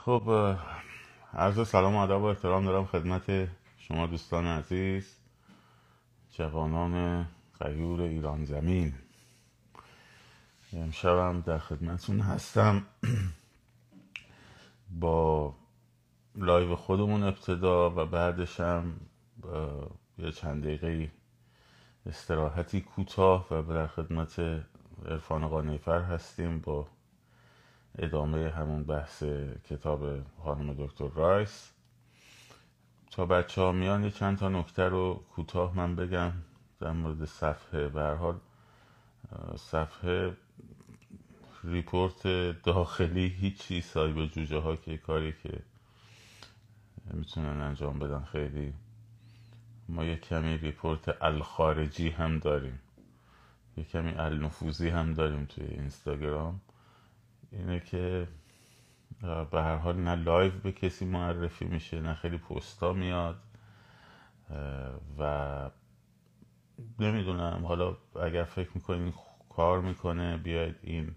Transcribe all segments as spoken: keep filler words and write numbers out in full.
خب اه، عرض سلام و ادب و احترام دارم خدمت شما دوستان عزیز، جوانان غیور ایران زمین. امشبم در خدمتون هستم با لایو خودمون ابتدا و بعدش هم اه، یه چند دقیقه استراحتی کوتاه و در خدمت عرفان قانع‌فر هستیم با ادامه همون بحث کتاب خانم دکتر رایس. تا بچه ها میان یه چند تا نکته رو کوتاه من بگم در مورد صفحه. به هر حال صفحه ریپورت داخلی هیچی، سایب جوجه ها که کاری که میتونن انجام بدن خیلی. ما یه کمی ریپورت الخارجی هم داریم، یه کمی النفوذی هم داریم توی اینستاگرام. اینه که به هر حال نه لایو به کسی معرفی میشه، نه خیلی پستا میاد و نمیدونم. حالا اگر فکر میکنین کار میکنه، بیاید این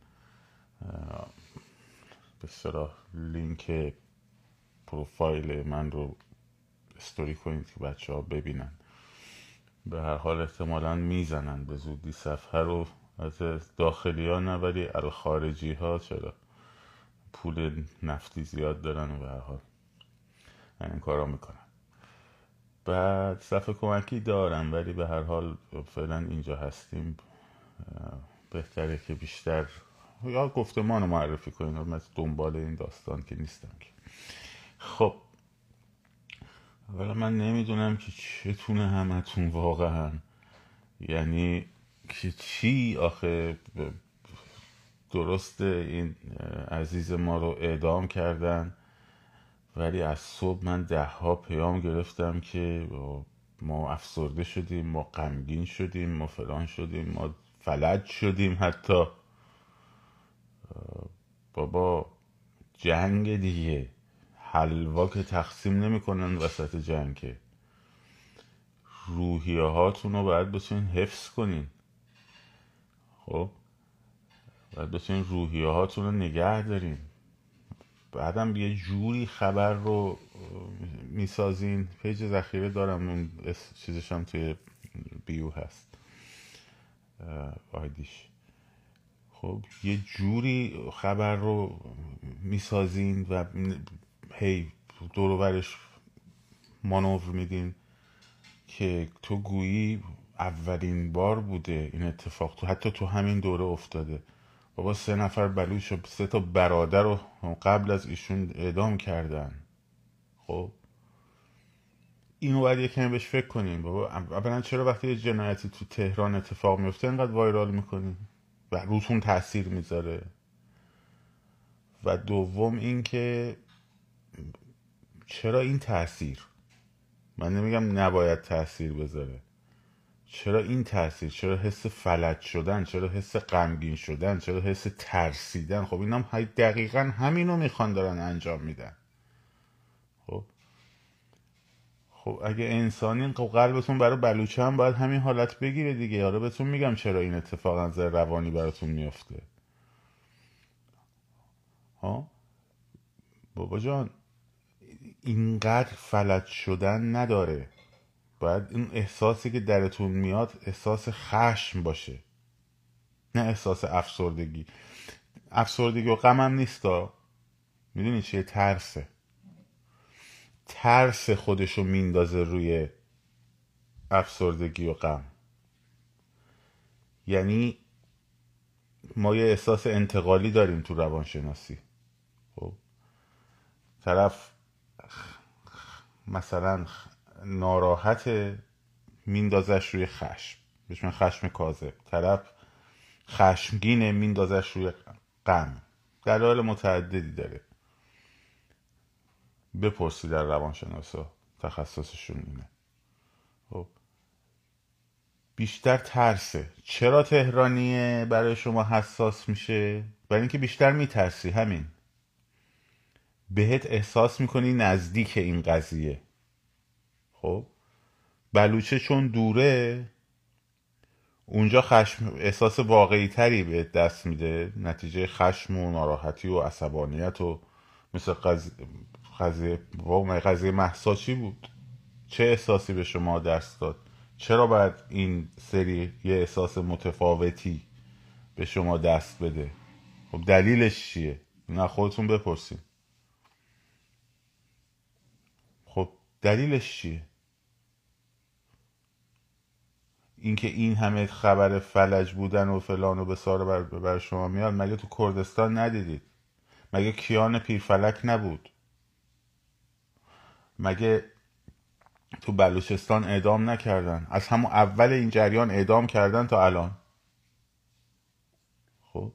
به اصطلاح لینک پروفایل من رو استوری کنید که بچه ها ببینن. به هر حال احتمالا میزنن به زودی صفحه رو، از داخلی ها نه ولی الخارجی ها چرا پول نفتی زیاد دارن و به هر حال این کارا میکنن. بعد صفحه کمکی دارم ولی به هر حال فعلا اینجا هستیم. بهتره که بیشتر یا گفتمان رو معرفی کنین، من دنبال این داستان که نیستم که. خب اولا من نمیدونم که چتونه همتون واقعا، یعنی که چی آخه. درسته این عزیز ما رو اعدام کردن ولی از صبح من ده ها پیام گرفتم که ما افسرده شدیم، ما غمگین شدیم، ما فلان شدیم، ما فلج شدیم. حتی بابا جنگ دیگه، حلوا که تقسیم نمیکنن وسط جنگ، که روحیه هاتون رو باید بتونین حفظ کنین. خب باید بتونین روحیه هاتون رو نگه دارین. بعدم یه جوری خبر رو میسازین. پیج ذخیره دارم، اون چیزش هم توی بیو هست، آیدیش. خب یه جوری خبر رو میسازین و هی دور و برش مانور میدین که تو گویی اولین بار بوده این اتفاق، تو حتی تو همین دوره افتاده. بابا سه نفر بلوچ و سه تا برادر رو قبل از ایشون اعدام کردن. خب اینو باید یکمی بهش فکر کنیم. بابا اولا چرا وقتی یه جنایتی تو تهران اتفاق میفته اینقدر وایرال میکنین و روتون تاثیر میذاره؟ و دوم این که چرا این تاثیر، من نمیگم نباید تاثیر بذاره، چرا این تاثیر، چرا حس فلج شدن، چرا حس غمگین شدن، چرا حس ترسیدن؟ خب اینا هم دقیقا همینو میخوان دارن انجام میدن. خب خب اگه انسانی قلبتون برای بلوچه هم باید همین حالت بگیره دیگه. آره بهتون میگم چرا این اتفاق از نظر روانی براتون میفته. ها بابا جان اینقدر فلج شدن نداره. باید این احساسی که درتون میاد احساس خشم باشه، نه احساس افسردگی. افسردگی و غم هم نیستا، میدونی چیه؟ ترسه. ترس خودشو میندازه روی افسردگی و غم. یعنی ما یه احساس انتقالی داریم تو روانشناسی. خب طرف مثلا ناراحت، میندازش روی خشم، بهش من خشم کاذب. طرف خشمگینه، میندازش روی غم. دلایل متعددی داره. بپرسی در روانشناسا، تخصصشون اینه. خب بیشتر ترسه. چرا تهرانیه برای شما حساس میشه؟ برای اینکه بیشتر میترسی. همین، بهت احساس میکنی نزدیک این قضیه. خب بلوچه چون دوره، اونجا خشم احساس واقعی تری به دست میده، نتیجه خشم و ناراحتی و عصبانیت و مثل قضیه قضیه واو قضیه مهسا چی بود؟ چه احساسی به شما دست داد؟ چرا باید این سری یه احساس متفاوتی به شما دست بده؟ خب دلیلش چیه؟ نه خودتون بپرسین. خب دلیلش چیه؟ اینکه این همه خبر فلج بودن و فلان و بسار بر, بر شما میاد، مگه تو کردستان ندیدید؟ مگه کیان پیرفلک نبود؟ مگه تو بلوچستان اعدام نکردن؟ از همون اول این جریان اعدام کردن تا الان. خب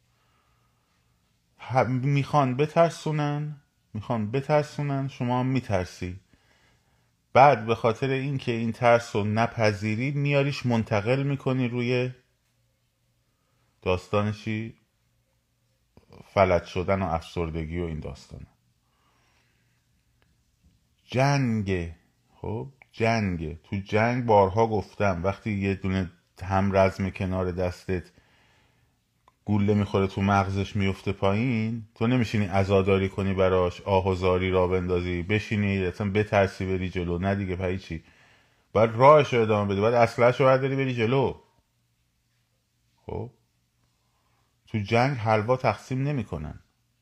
میخوان بترسونن، میخوان بترسونن، شما هم میترسی. بعد به خاطر اینکه این ترس رو نپذیری میاریش منتقل میکنی روی داستان چی؟ فلج شدن و افسردگی و این داستان. جنگ. خب جنگ. تو جنگ بارها گفتم وقتی یه دونه هم رزم کنار دستت گوله میخوره تو مغزش میفته پایین، تو نمیشینی عزاداری کنی براش، آهوزاری را بندازی، بشینی اصلا بترسی بری جلو. نه دیگه پایی چی؟ باید راهش رو ادامه بدی، باید اسلحه‌شو برداری بری جلو. خب تو جنگ حلوا تقسیم نمیکنن،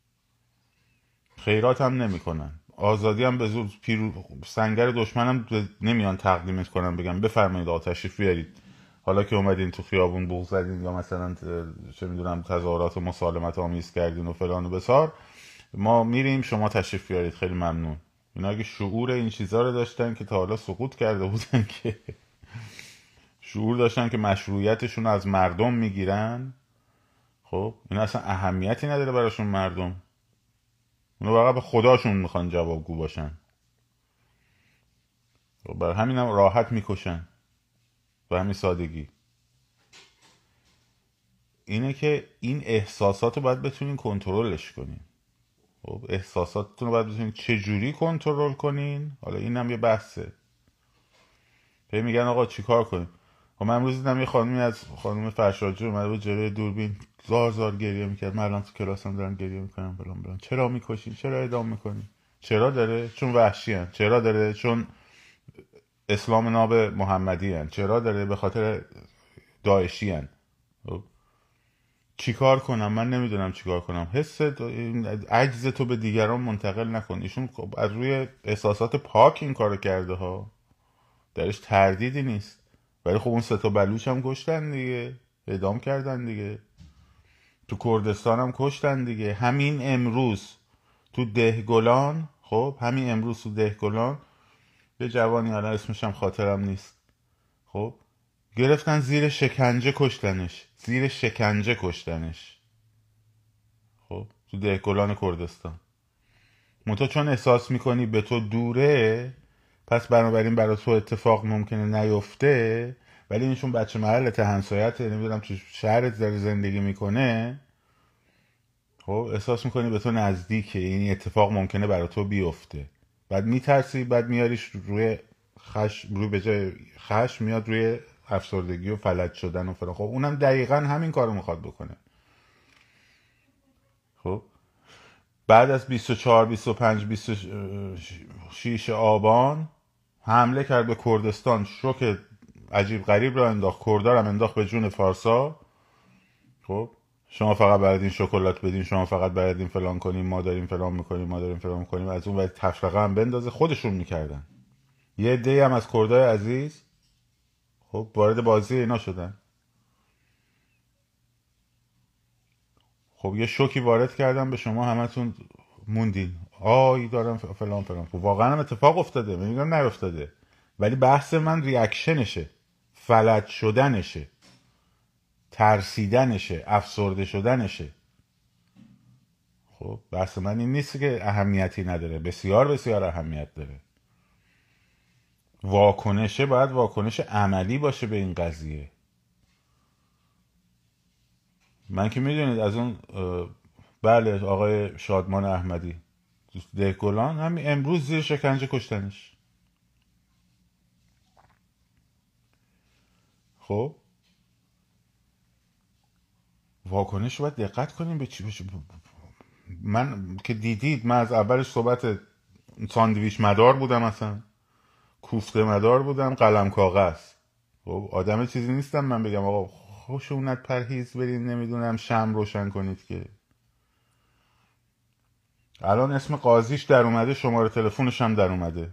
خیرات هم نمیکنن، آزادی هم به زور پیرو سنگر دشمنم نمیان تقدیمت کنن بگم بفرمایید آقا تشریف بیارید، حالا که اومدین تو خیابون بوق زدین یا مثلا چه میدونم تظاهرات و مسالمت آمیز کردین و فلان و بسار، ما میریم شما تشریف بیارید، خیلی ممنون. اینا اگه شعور این چیزا رو داشتن که تا حالا سقوط کرده بودن، که شعور داشتن که مشروعیتشون از مردم میگیرن، خب اینا اصلا اهمیتی نداره براشون مردم، اونا واقعا به خداشون میخوان جوابگو باشن. برای همین هم راحت میکشن، به همین سادگی. اینه که این احساسات رو باید بتونین کنترلش کنین. خب احساساتتون رو باید بتونین چجوری کنترل کنین. حالا این هم یه بحثه. هی میگن آقا چیکار کنیم. خب من امروز دیدم یه خانمی از خانم فرشادجو اومده بود جلوی دوربین زار زار گریه میکرد. من الان تو کلاسم دارم گریه میکنم بلان بلان. چرا میکشین؟ چرا اعدام میکنین؟ چرا داره؟ چون وحشی هن. چرا داره؟ چون اسلام ناب محمدی هن. چرا داره؟ به خاطر داعشی هن. چیکار کنم؟ من نمیدونم چیکار کنم. حس عجز تو به دیگران منتقل نکن. ایشون از روی احساسات پاک این کارو کرده ها، درش تردیدی نیست. ولی خب اون سه تا بلوچ هم کشتن دیگه، اعدام کردن دیگه، تو کردستان هم کشتن دیگه. همین امروز تو دهگلان، خب همین امروز تو دهگلان یه جوانی، الان اسمش هم خاطرم نیست، خب گرفتن زیر شکنجه کشتنش، زیر شکنجه کشتنش، خب تو دهگلان کردستان. منتها چون احساس میکنی به تو دوره، پس بنابراین برای تو اتفاق ممکنه نیفته، ولی اینشون بچه محلت همسایت، نمیدونم تو شهرت داره زندگی میکنه، خب احساس میکنی به تو نزدیکه، این اتفاق ممکنه برای تو بیفته، بعد میترسی، بعد میاریش روی خشم، روی به جای خشم میاد روی افسردگی و فلج شدن و فلان. خب اونم دقیقا همین کارو میخواد بکنه. خب بعد از بیست و چهار بیست و پنج بیست و شش آبان حمله کرد به کردستان، شوک عجیب غریب را انداخت، کردارم انداخت به جون فارسا. خب شما فقط بلدین شکلات بدین، شما فقط بلدین فلان کنیم، ما داریم فلان میکنیم، ما داریم فلان میکنیم، از اون باید تفرقه هم بندازه. خودشون میکردن. یه عده هم از کردای عزیز خب وارد بازی اینا شدن. خب یه شوکی وارد کردن به شما، همتون موندین آی دارم فلان فلان. خب واقعا هم اتفاق افتاده، میگم نیفتاده، ولی بحث من ریاکشنشه، فلج شدنشه، ترسیدنشه، افسرده شدنشه. خب بحث من این نیست که اهمیتی نداره، بسیار بسیار اهمیت داره. واکنشه باید واکنش عملی باشه به این قضیه. من که میدونید از اون بله آقای شادمان احمدی دهگلان همین امروز زیر شکنجه کشتنش. خب واکنش باید دقت کنیم به چی بشه. من که دیدید من از اولش صحبت ساندویچ مدار بودم، اصلا کوفته مدار بودم، قلم کاغذ. خب آدم چیزی نیستم من بگم آقا خشونت پرهیز برین نمیدونم شم روشن کنید. که الان اسم قاضیش در اومده، شماره تلفنش هم در اومده.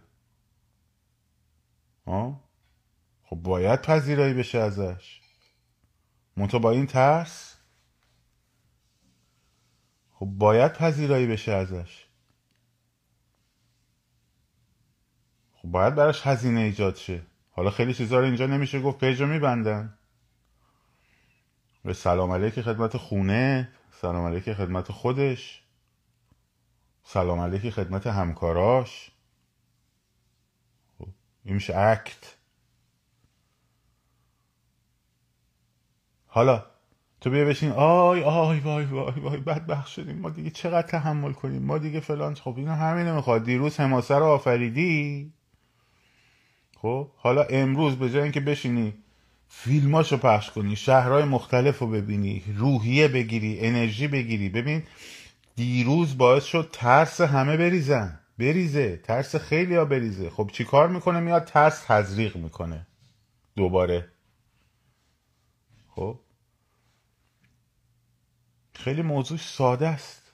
ها خب باید پذیرایی بشه ازش، منتها با این ترس. خب باید پذیرایی بشه ازش، خب باید براش هزینه ایجاد شه. حالا خیلی چیزا رو اینجا نمیشه گفت، پیجو میبندن. به سلام علیک خدمت خونه، سلام علیک خدمت خودش، سلام علیک خدمت همکاراش. خب این میشه اکت. حالا تو بیا بشین آی آی وای وای وای بدبخت شدیم ما دیگه، چقدر تحمل کنیم ما دیگه فلان. خب اینا همینه میخواد. دیروز حماسه رو آفریدی، خب حالا امروز به جای اینکه بشینی فیلماشو پخش کنی، شهرهای مختلف رو ببینی، روحیه بگیری، انرژی بگیری. ببین دیروز باعث شد ترس همه بریزن، بریزه ترس خیلی ها بریزه. خب چی کار میکنه؟ میاد ترس تزریق میکنه دوباره. خب خیلی موضوع ساده است.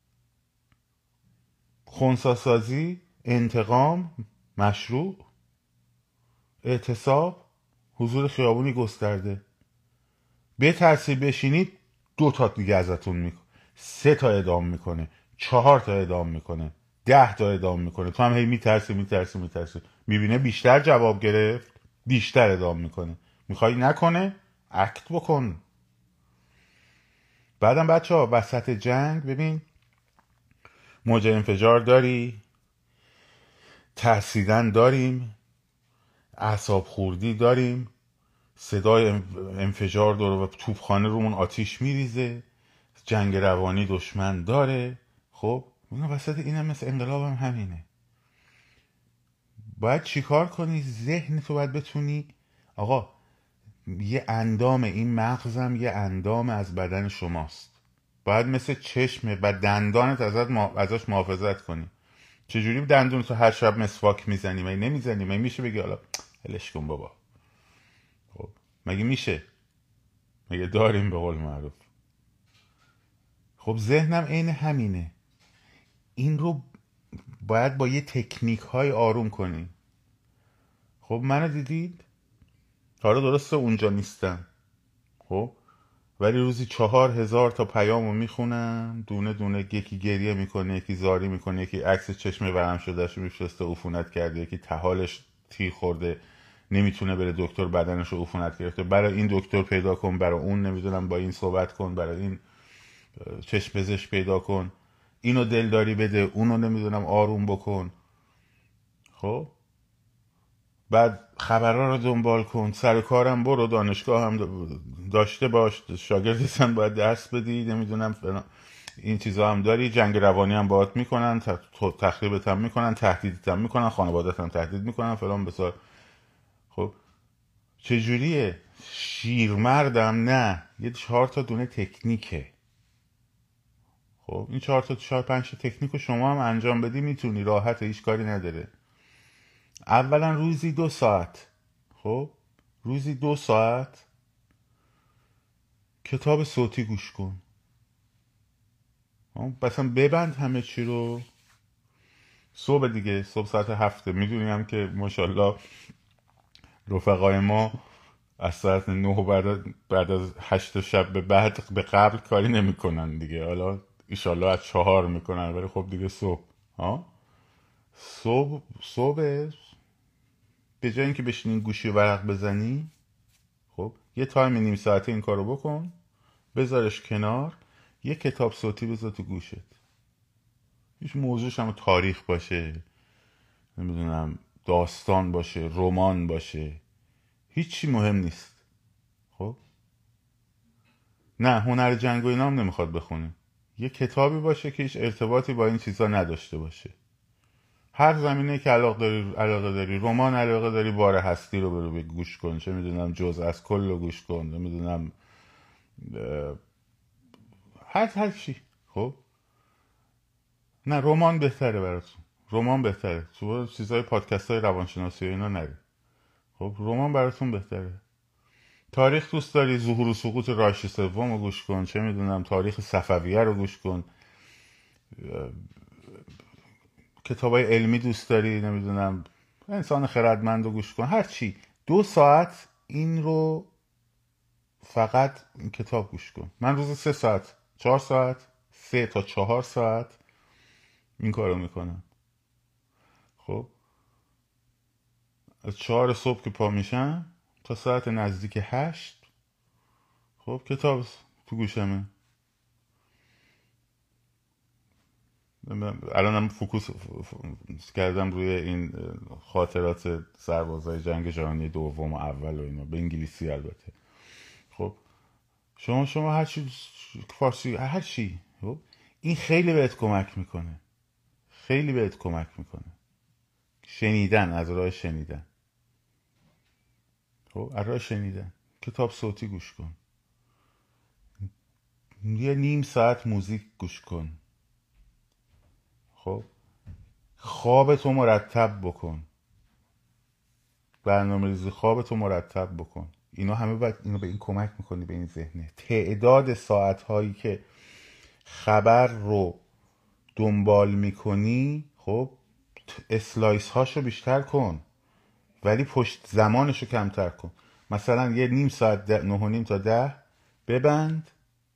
خنثی‌سازی، انتقام مشروع، اعتصاب، حضور خیابونی گسترده. به ترسی بشینید دو تا دیگه ازتون میکنه، سه تا ادام میکنه، چهار تا ادام میکنه، ده تا ادام میکنه. تو هم هی میترسی میترسی میترسی، میبینه بیشتر جواب گرفت بیشتر ادام میکنه. میخوای نکنه اکت بکن. بعدم بچه ها وسط جنگ ببین موج انفجار داری، ترسیدن داریم، اعصاب خوردی داریم، صدای انفجار داره و توپخانه رومون آتیش میریزه، جنگ روانی دشمن داره. خب اون وسط اینم مثل انقلاب هم همینه. باید چیکار کنی؟ ذهن تو باید بتونی آقا یه اندام، این مغزم یه اندام از بدن شماست، باید مثل چشمه و دندانت ازت ما... ازش محافظت کنی. چجوری دندون تو هر شب مسواک میزنی؟ مگه نمیزنی؟ مگه میشه بگی حالا هلش کن بابا؟ خب مگه میشه؟ مگه داریم به قول معروف؟ خب ذهنم عین همینه. این رو باید با یه تکنیک های آروم کنی. خب منو دیدید حالا درسته اونجا نیستم، خب ولی روزی چهار هزار تا پیامو میخونم دونه دونه. یکی گریه میکنه، یکی زاری میکنه، یکی عکس چشم ورم شدهشو میفرسته عفونت کرده، یکی تحالش تیر خورده نمیتونه بره دکتر بدنشو عفونت گرفته، برای این دکتر پیدا کن، برای اون نمیدونم با این صحبت کن، برای این چشم پزشک پیدا کن، اینو دلداری بده، اونو نمیدونم آروم بکن. خب بعد خبرها رو دنبال کن، سر کارم برو، دانشگاه هم داشته باش، شاگردتن باید درس بدی، نمیدونم فلان این چیزا هم داری، جنگ روانی هم باهات میکنن، تخریبت هم میکنن، تهدیدت هم میکنن، خانوادت هم تهدید میکنن فلان بسار. خب چجوریه؟ شیرمردم نه، یه چهار تا دونه تکنیکه. خب این چهار تا چهار پنج تا تکنیک رو شما هم انجام بدی میتونی، راحت، هیچ کاری نداره. اولا روزی دو ساعت، خب روزی دو ساعت کتاب صوتی گوش کن. مثلا ببند همه چی رو. صبح دیگه، صبح ساعت هفته، میدونیم که ماشاءالله رفقای ما از ساعت نه بعد بعد از هشت شب به بعد به قبل کاری نمیکنن دیگه. حالا ایشالله از چهار میکنن، ولی خب دیگه صبح ها صبح صبح به جای اینکه بشینین گوشی و ورق بزنی، خب یه تایم نیم ساعته این کارو بکن، بذارش کنار، یه کتاب صوتی بذار تو گوشت. هیچ موضوعش هم تاریخ باشه، نمیدونم داستان باشه، رمان باشه، هیچی مهم نیست. خب نه هنر جنگ و اینا هم نمیخواد بخونه، یه کتابی باشه که هیچ ارتباطی با این چیزا نداشته باشه. هر زمینه که علاقه داری، علاقه داری رمان علاقه داری، بار هستی رو برو به گوش کن، چه میدونم جزء از کل رو گوش کن، نمیدونم هر هر چی. خب نه رمان بهتره براتون، رمان بهتره. تو چیزای پادکست های روانشناسی و اینا نری. خب رمان براتون بهتره. تاریخ دوست داری، ظهور و سقوط رایش سوم رو گوش کن، چه میدونم تاریخ صفویه رو گوش کن، کتابای علمی دوست داری، نمیدونم انسان خردمند رو گوش کن، هر چی. دو ساعت این رو فقط این کتاب گوش کن. من روز سه ساعت چهار ساعت سه تا چهار ساعت این کارو میکنم. خب از چهار صبح که پا میشم تا ساعت نزدیک هشت خب کتاب تو گوشمه. الانم فوکوس کردم روی این خاطرات سربازای جنگ جهانی دوم و اول و اینا، به انگلیسی البته. خب شما شما هر چی فارسی هر چی، خب این خیلی بهت کمک میکنه، خیلی بهت کمک میکنه. شنیدن، از راه شنیدن. خب از راه شنیدن کتاب صوتی گوش کن، یه نیم ساعت موزیک گوش کن. خب خوابتو مرتب بکن، برنامه ریزی خوابتو مرتب بکن. اینا همه باید اینو به این کمک میکنی، به این ذهنه. تعداد ساعت هایی که خبر رو دنبال میکنی، خب اسلایس هاشو بیشتر کن ولی پشت زمانشو کمتر کن. مثلا یه نیم ساعت، نه و نیم تا ده ببند،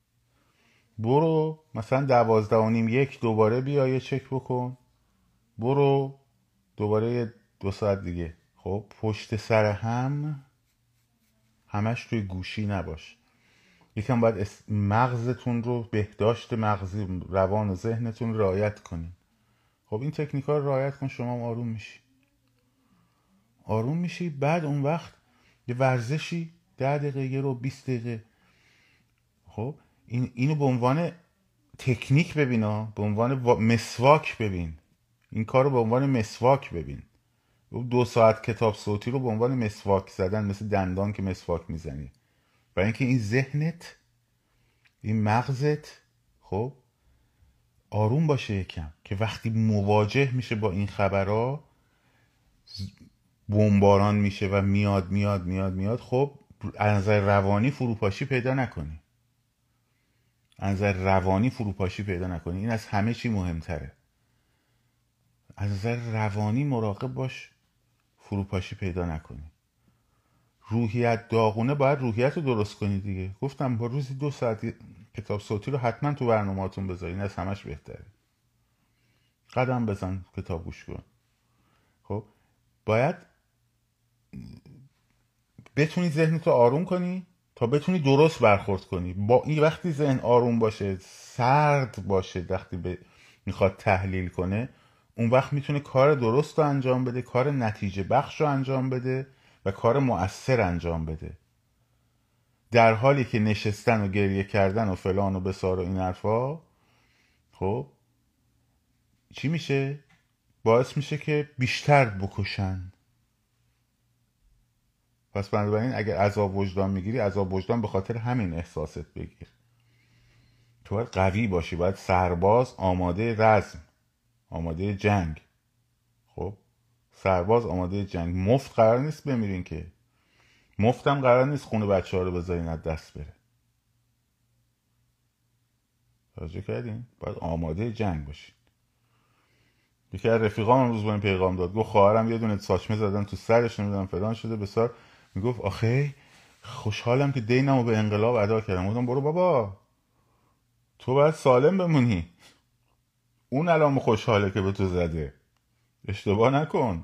برو مثلا دوازده و نیم یک دوباره بیا یه چک بکن، برو دوباره یه دو ساعت دیگه. خب پشت سر هم همش توی گوشی نباش. یکم باید مغزتون رو، بهداشت مغزی، روان و ذهنتون رو رعایت کنین. خب این تکنیک ها رو رعایت کن، شما هم آروم میشی، آروم میشی. بعد اون وقت یه ورزشی ده دقیقه، یه رو بیست دقیقه. خب این اینو به عنوان تکنیک ببین ها، به عنوان مسواک ببین. این کار رو به عنوان مسواک ببین. دو ساعت کتاب صوتی رو به عنوان مسواک زدن، مثل دندان که مسواک میزنی، برای اینکه این ذهنت، این مغزت خب آروم باشه یکم، که وقتی مواجه میشه با این خبرها، بمباران میشه و میاد میاد میاد میاد، خب از نظر روانی فروپاشی پیدا نکنی، از نظر روانی فروپاشی پیدا نکنی. این از همه چی مهمتره. از نظر روانی مراقب باش فروپاشی پیدا نکنی. روحیت داغونه، باید روحیت رو درست کنی دیگه. گفتم با روزی دو ساعت کتاب صوتی رو حتما تو برنامه‌هاتون بذاری، این از همش بهتره. قدم بزن، کتاب گوش کن. خب باید بتونی ذهنتو آروم کنی تا بتونی درست برخورد کنی با این. وقتی ذهن آروم باشه، سرد باشه، وقتی به میخواد تحلیل کنه، اون وقت میتونه کار درست رو انجام بده، کار نتیجه بخش رو انجام بده و کار مؤثر انجام بده. در حالی که نشستن و گریه کردن و فلان و بسار و این حرفا، خب چی میشه؟ باعث میشه که بیشتر بکشن. پس بنابراین اگر عذاب وجدان میگیری، عذاب وجدان به خاطر همین احساست بگیر. تو باید قوی باشی، باید سرباز، آماده رزم، آماده جنگ. خب سرباز آماده جنگ. مفت قرار نیست بمیرین که، مفتم قرار نیست خونه بچه ها رو بذارین از دست بره. توجه کردین؟ باید آماده جنگ باشین. یکی از رفیقام امروز با این پیغام داد، گفت خواهرم یه دونه ساچمه زدن تو سرش، نمیدونم فلان شده بسار. میگفت آخه خوشحالم که دینمو به انقلاب ادا کردم. گفتم برو بابا، تو باید سالم بمونی. اون الان خوشحاله که به تو زده. اشتباه نکن،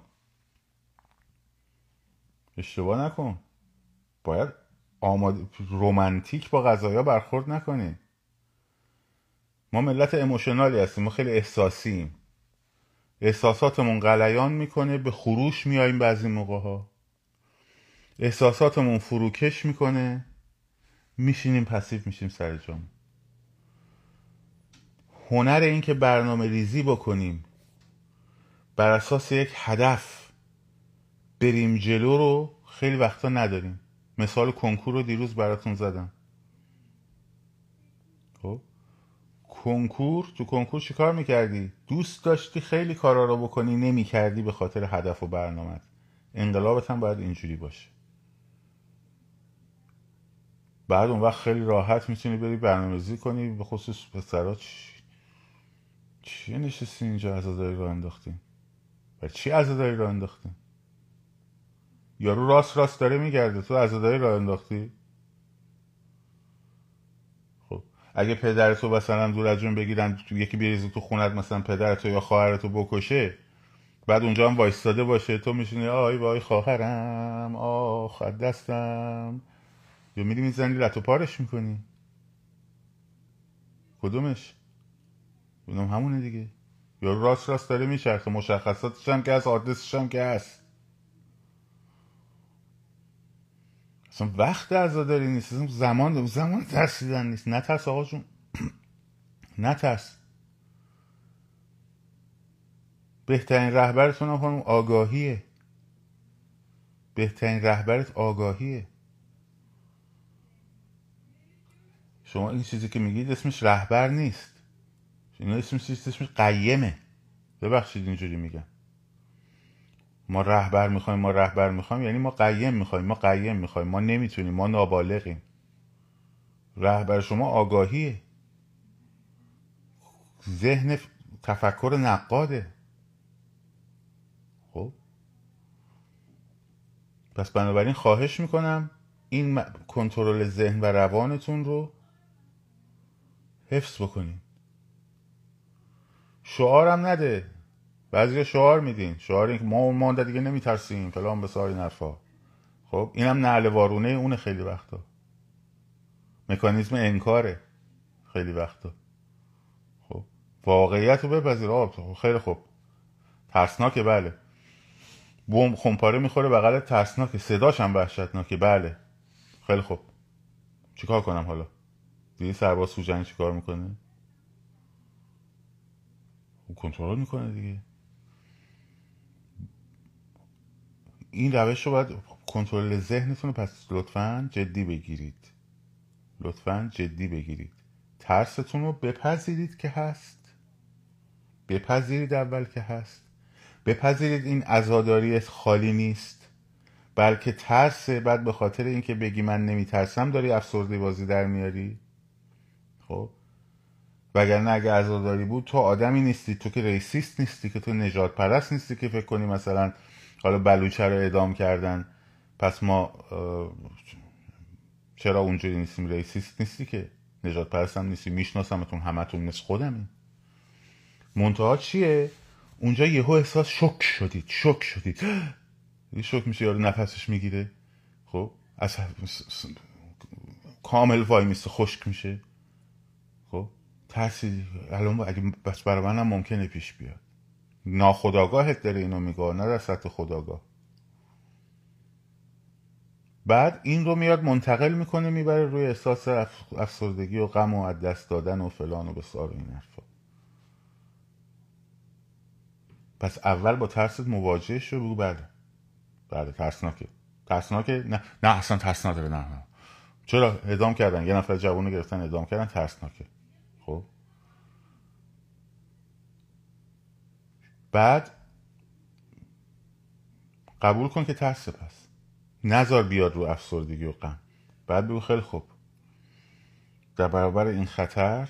اشتباه نکن. باید آماده، رومانتیک با قضایا برخورد نکنی. ما ملت اموشنالی هستیم، ما خیلی احساسیم، احساساتمون غلیان میکنه، به خروش میاییم بعضی موقع ها. احساساتمون فروکش میکنه، میشینیم پسیو میشیم سر جامون. هنر این که برنامه ریزی بکنیم، بر اساس یک هدف بریم جلو رو خیلی وقتا نداریم. مثال کنکور رو دیروز براتون زدم. خب کنکور تو کنکور چی کار میکردی؟ دوست داشتی خیلی کارا رو بکنی، نمیکردی به خاطر هدف و برنامه. انقلابت هم باید اینجوری باشه. بعد اون وقت خیلی راحت میتونی بری برنامه‌ریزی کنی، به خصوص پسرا. چی چی نشستی اینجا عزاداری رو انداختین؟ و چی عزاداری رو انداختین؟ یارو راست راست داره میگرده، تو عزاداری رو انداختی؟ خب اگه پدرتو مثلا دور از جون بگیرن تو یکی بریزه تو خونت، مثلا پدرتو یا خواهرتو بکشه، بعد اونجا هم وایستاده باشه، تو میشینی آی وای خواهرم، آخ از دستم، یا میری میزنی لتو پارش میکنی؟ کدومش؟ اونم همونه دیگه. یا راست راست داره میچرخه، مشخصاتش هم که هست، آدرسش هم که هست. اصلا وقت عزاداری نیست، اصلا زمان زمان ترسیدن نیست. نترس آقا جون، نترس. بهترین رهبرتون هم خانم آگاهیه. بهترین رهبرت آگاهیه. شما این چیزی که میگید اسمش رهبر نیست، اینا اسمش اسمش قیمه. ببخشید اینجوری میگم. ما رهبر میخوایم، ما رهبر میخوایم یعنی ما قیم میخوایم، ما قیم میخوایم، ما نمیتونیم، ما نابالغیم. رهبر شما آگاهیه، ذهن تفکر نقاده. خب پس بنابراین خواهش میکنم این م- کنترل ذهن و روانتون رو حفظ بکنین. شعارم نده. بعضی شعار میدین، شعار این که ما اون مانده دیگه نمیترسیم فلان بسار این حرفا. خب اینم نعل وارونه اونه خیلی وقتا، مکانیزم انکاره خیلی وقتا. خب واقعیت رو بپذیر. آه خیلی خوب، ترسناکه بله، بوم خمپاره میخوره بغل، ترسناکه، صداش هم وحشتناکه بله. خیلی خوب، چیکار کنم حالا؟ دیگه سرباز سوجنگ چیکار میکنه؟ او کنترل میکنه دیگه. این روش رو باید کنترل ذهنتون رو پس لطفاً جدی بگیرید. لطفاً جدی بگیرید. ترستون رو بپذیرید که هست. بپذیرید اول که هست. بپذیرید این عزاداری خالی نیست، بلکه ترسه. بعد به خاطر اینکه بگی من نمیترسم داری افسرده بازی در میاری. خب وگرنه اگه عزاداری بود تو آدمی نیستی، تو که ریسیست نیستی، که تو نجات پرست نیستی که فکر کنی مثلا حالا بلوچه رو اعدام کردن پس ما اه، چرا اونجوری نیستیم. ریسیست نیستی که، نجات پرست هم نیستی، میشناسمتون همتون مثل خودمین. منتها چیه؟ اونجا یهو احساس شوک شدید، شوک شدید. یه شوک میشه، یارو نفسش میگیره. خب از کامل وای میسته، خشک میشه. خب ترسی الان اگه بس برای منم ممکنه پیش بیاد. ناخودآگاهت داره اینو میگه، نه در سطح خودآگاه. بعد این رو میاد منتقل میکنه، میبره روی احساس اف- افسردگی و غم و از دست دادن و فلان و بسار این حرفا. پس اول با ترست مواجه شو، بگو بله بله ترسناکه، ترسناکه، نه نه اصلا ترس نداره، نه نه چرا اعدام کردن یه نفر جوون رو گرفتن اعدام کردن، ترسناکه. خب بعد قبول کن که ترسه، پس نزار بیاد رو افسردگی و غم. بعد بگو خیلی خوب، در برابر این خطر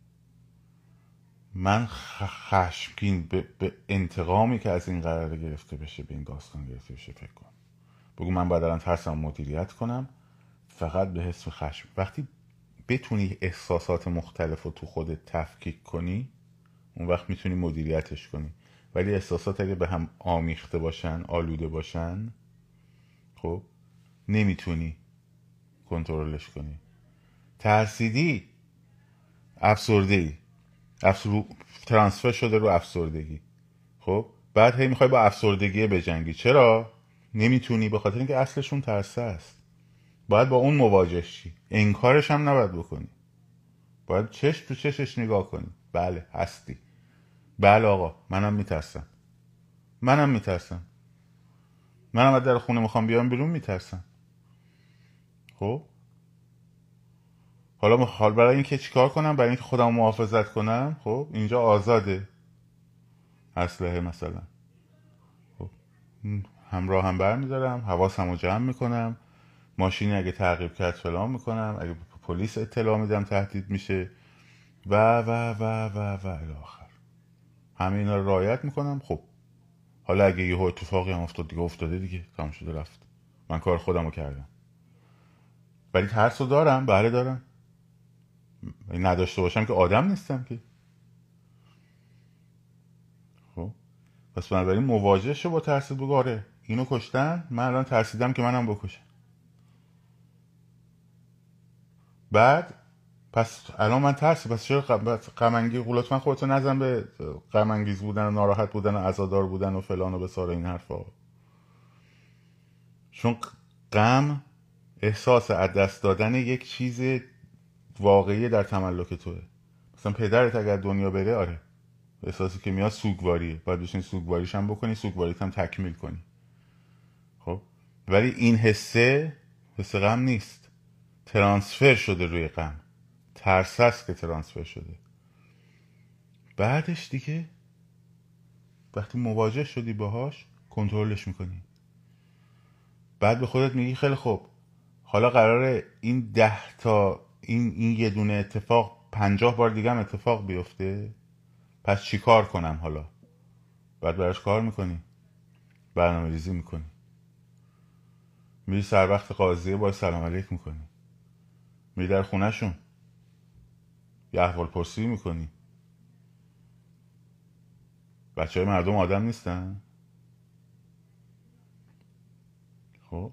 من خ- خشمگین به, به انتقامی که از این قراره گرفته بشه، به این داستان گرفته بشه فکر کن. بگو من باید الان ترسم مدیریت کنم فقط به حس خشم. وقتی بتونی احساسات مختلف رو تو خودت تفکیک کنی، اون وقت میتونی مدیریتش کنی. ولی احساسات اگه به هم آمیخته باشن، آلوده باشن، خب نمیتونی کنترلش کنی. ترسیدی، افسرده ای، افسر... ترانسفر شده رو افسردگی. خب بعد هی میخوای با افسردگی بجنگی. چرا؟ نمیتونی، به خاطر اینکه اصلشون ترسه است. باید با اون مواجه شی، انکارش هم نباید بکنی. باید چشم تو چشش نگاه کنی. بله هستی، بله آقا منم میترسم، منم میترسم، منم از در خونه میخوام بیام بیرون میترسم. خب حالا حال برای اینکه چیکار کنم، برای اینکه خودم محافظت کنم، خب اینجا آزاده اسلحه مثلا، خب همراه هم برمیدارم، حواسم رو جمع میکنم، ماشینی اگه تعقیب کرد فلان میکنم، اگه پلیس اطلاع میدم تهدید میشه و و و و و الی آخر، همه اینا رو رعایت میکنم. خب حالا اگه یه اتفاقی هم افتاد دیگه افتاده دیگه، تمام شده رفت، من کار خودم رو کردم. ولی ترس رو دارم، بله دارم، نداشته باشم که آدم نیستم که. خب پس بنابراین مواجه شو با ترس، بگو آره اینو کشتن، من الان ترسیدم که منم بکشم. بعد پس الان من ترسی، پس چرا غم انگیز، لطفا خودتو نزن به غم انگیز بودن و ناراحت بودن و عزادار بودن و فلان و بسار این حرفا، چون غم احساس از دست دادن یک چیز واقعی در تملک توه. مثلا پدرت اگر دنیا بره، آره احساسی که میاد سوگواریه، باید بشین سوگواریش هم بکنی، سوگواریت هم تکمیل کنی. خب ولی این حسه حس غم نیست، ترانسفر شده روی غم، ترس است که ترانسفر شده. بعدش دیگه وقتی مواجه شدی باهاش کنترلش میکنی. بعد به خودت میگی خیلی خوب، حالا قراره این ده تا این این یه دونه اتفاق پنجاه بار دیگه هم اتفاق بیفته، پس چی کار کنم حالا؟ بعد براش کار میکنی، برنامه ریزی میکنی، میری سر وقت قاضیه باید سلام علیک میکنی، میری در خونهشون یه احوال پرسی میکنی. بچه های مردم آدم نیستن؟ خب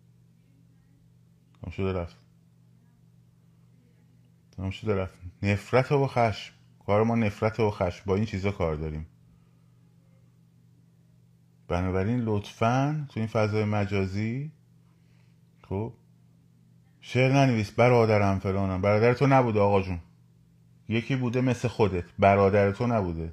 تمام شده رفت، تمام شده رفت. نفرت و خشم، کار ما نفرت و خشم، با این چیزا کار داریم. بنابراین لطفاً تو این فضای مجازی خب شعر ننویس برادرم فلانم. برادر تو نبوده آقا جون، یکی بوده مثل خودت، برادر تو نبوده،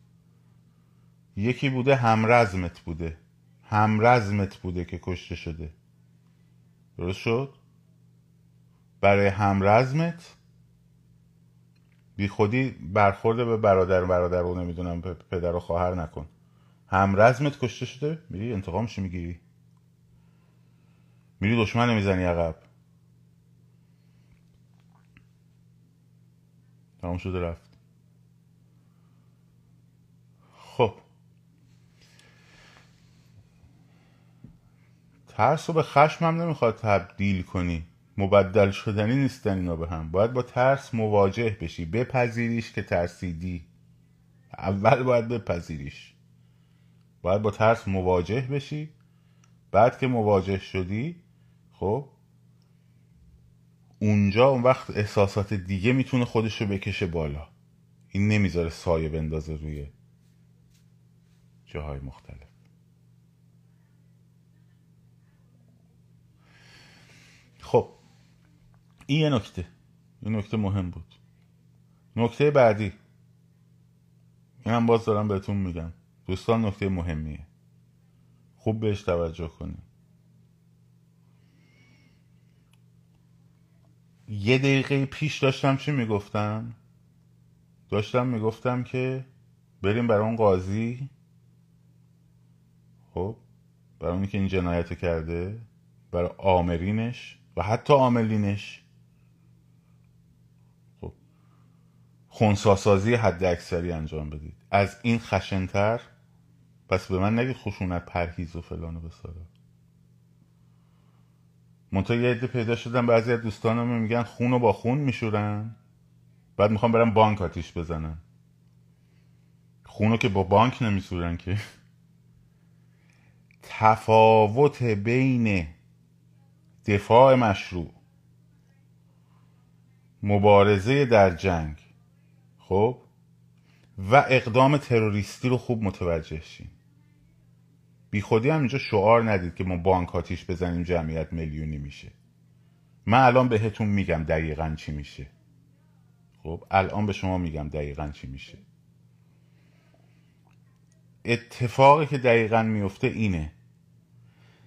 یکی بوده همرزمت بوده، همرزمت بوده که کشته شده. درست شد؟ برای همرزمت بی خودی برخورده به برادر برادر رو نمیدونم پدر و خواهر نکن. همرزمت کشته شده، میری انتقامش میگیری، میری دشمن میزنی عقب، تمام شده رفت. خب ترس رو به خشم هم نمیخواد تبدیل کنی، مبدل شدنی نیستن اینا به هم. باید با ترس مواجه بشی، بپذیریش که ترسیدی، اول باید بپذیریش، باید با ترس مواجه بشی. بعد که مواجه شدی خب اونجا اون وقت احساسات دیگه میتونه خودشو بکشه بالا، این نمیذاره سایه بندازه روی جاهای مختلف. خب این یه نکته، این نکته مهم بود. نکته بعدی، این هم باز دارم بهتون میگم دوستان، نکته مهمیه، خوب بهش توجه کنید. یه دقیقه پیش داشتم چی میگفتم؟ داشتم میگفتم که بریم برای اون قاضی، خب برای اونی که این جنایت کرده، برای آمرینش و حتی عاملینش خب خونساسازی حد اکثری انجام بدید. از این خشنتر پس به من نگید خشونت پرهیز و فلان و بساره. منطقه یه عده پیدا شدن، بعضی از دوستانم میگن خون رو با خون میشورن، بعد میخوام برم بانک آتیش بزنن. خونو که با بانک نمیسورن که. تفاوت بین دفاع مشروع، مبارزه در جنگ خب و اقدام تروریستی رو خوب متوجه شین. بی خودی هم اینجا شعار ندید که ما بانک آتیش بزنیم جمعیت میلیونی میشه. من الان بهتون میگم دقیقاً چی میشه. خب الان به شما میگم دقیقاً چی میشه. اتفاقی که دقیقاً میفته اینه،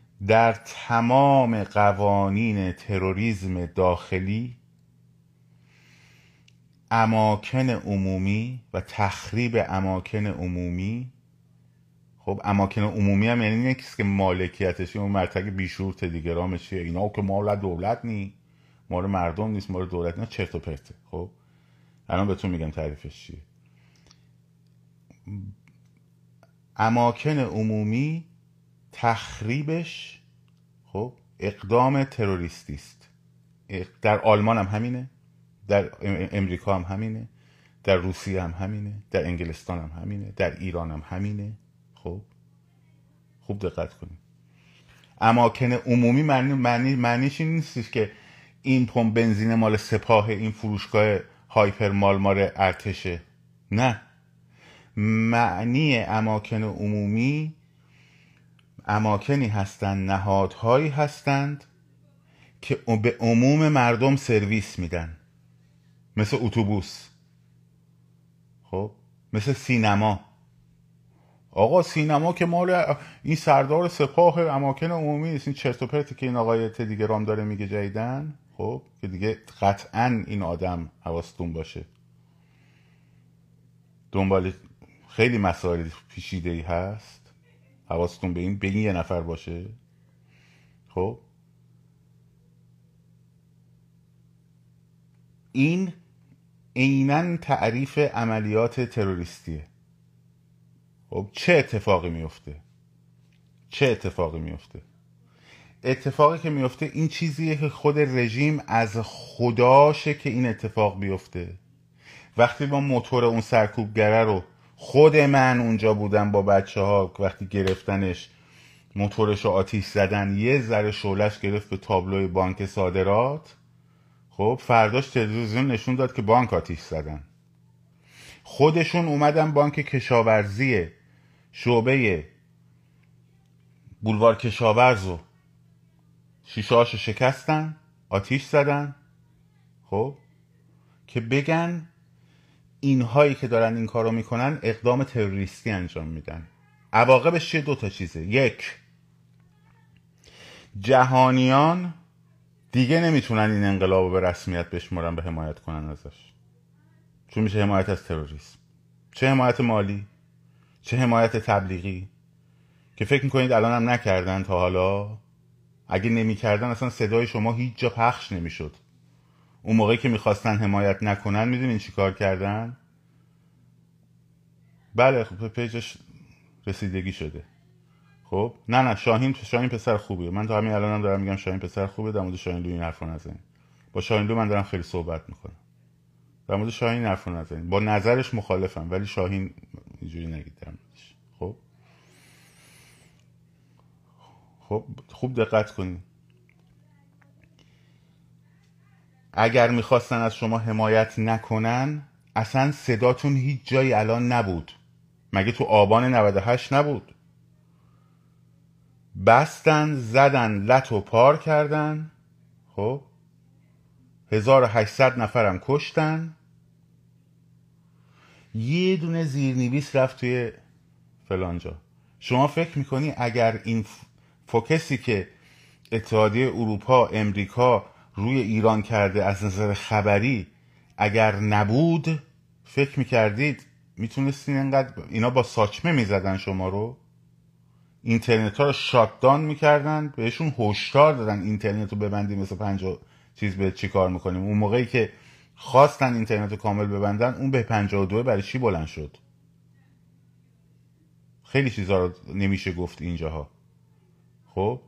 در تمام قوانین تروریسم داخلی اماکن عمومی و تخریب اماکن عمومی. خب اماکن عمومی هم یعنی نیست که مالکیتش اون مرتبه بیشورت دیگه رامش چیه، اینا که مال دولت نی، مال مردم نیست، مال دولت، نه چرت و پرته. خب الان بهتون میگم تعریفش چیه. اماکن عمومی تخریبش خب اقدام تروریستی است. در آلمان هم همینه، در امریکا هم همینه، در روسیه هم همینه، در انگلستان هم همینه، در ایران هم همینه. خب خوب دقت کنید. اماکن عمومی معنی معنی معنیش این نیستش که این پمپ بنزین مال سپاه، این فروشگاه هایپر مال مال ارتشه. نه، معنی اماکن عمومی اماکنی هستند، نهادهایی هستند که به عموم مردم سرویس میدن، مثل اتوبوس، خب مثل سینما. آقا سینما که مال این سردار سپاه اماکن عمومی نیست، این چرت و پرتی که این آقای تلگرام داره میگه جدیدن. خب که دیگه قطعا این آدم حواستون باشه، دنبال خیلی مسائل پیچیده ای هست، حواستون به این به این یه نفر باشه. خب این عیناً تعریف عملیات تروریستیه. خب چه اتفاقی میفته؟ چه اتفاقی میفته؟ اتفاقی که میفته این چیزیه که خود رژیم از خداشه که این اتفاق بیفته. وقتی با موتور اون سرکوبگره رو، خود من اونجا بودم با بچه ها وقتی گرفتنش، موتورش رو آتیش زدن، یه ذره شعلش گرفت به تابلوی بانک صادرات. خب فرداش تلویزیون نشون داد که بانک آتیش زدن. خودشون اومدن بانک کشاورزی شعبه بولوار کشاورزو شیشه‌هاشو شکستن، آتیش زدن. خب که بگن اینهایی که دارن این کارو میکنن اقدام تروریستی انجام میدن. عواقبش چیه؟ دو تا چیزه. یک، جهانیان دیگه نمیتونن این انقلاب به رسمیت بشمارن، به حمایت کنن ازش، چون میشه حمایت از تروریسم. چه حمایت مالی، چه حمایت تبلیغی، که فکر میکنید الان هم نکردن تا حالا. اگه نمیکردن اصلا صدای شما هیچ جا پخش نمیشد. اون موقعی که میخواستن حمایت نکنن میدونین چی کار کردن؟ بله خب پیجش رسیدگی شده. خب نه نه شاهین شاهین پسر خوبیه. من تا همین الانم هم دارم میگم شاهین پسر خوبه. در مورد شاهین لو این حرفا نزنید. با شاهین لو من دارم خیلی صحبت میکنم. در مورد شاهین حرفا نزنید. با نظرش مخالفم ولی شاهین اینجوری نگید در موردش. خب خب خوب دقت کنید. اگر میخواستن از شما حمایت نکنن اصلا صداتون هیچ جایی الان نبود. مگه تو آبان نود و هشت نبود؟ بستن، زدن، لط و پار کردن. خب هزار و هشتصد نفرم کشتن. یه دونه زیرنویس رفت توی فلانجا. شما فکر میکنی اگر این فوکسی که اتحادیه اروپا، امریکا روی ایران کرده از نظر خبری اگر نبود، فکر میکردید میتونستین انقدر اینا با ساچمه میزدن شما رو؟ اینترنت ها رو شاتدان میکردن، بهشون هشدار دادن اینترنت رو ببندیم، مثل پنجاه چیز به چی کار میکنیم. اون موقعی که خواستن اینترنت رو کامل ببندن اون به پنجاه و دو برای چی بلند شد؟ خیلی چیزا رو نمیشه گفت اینجاها. خب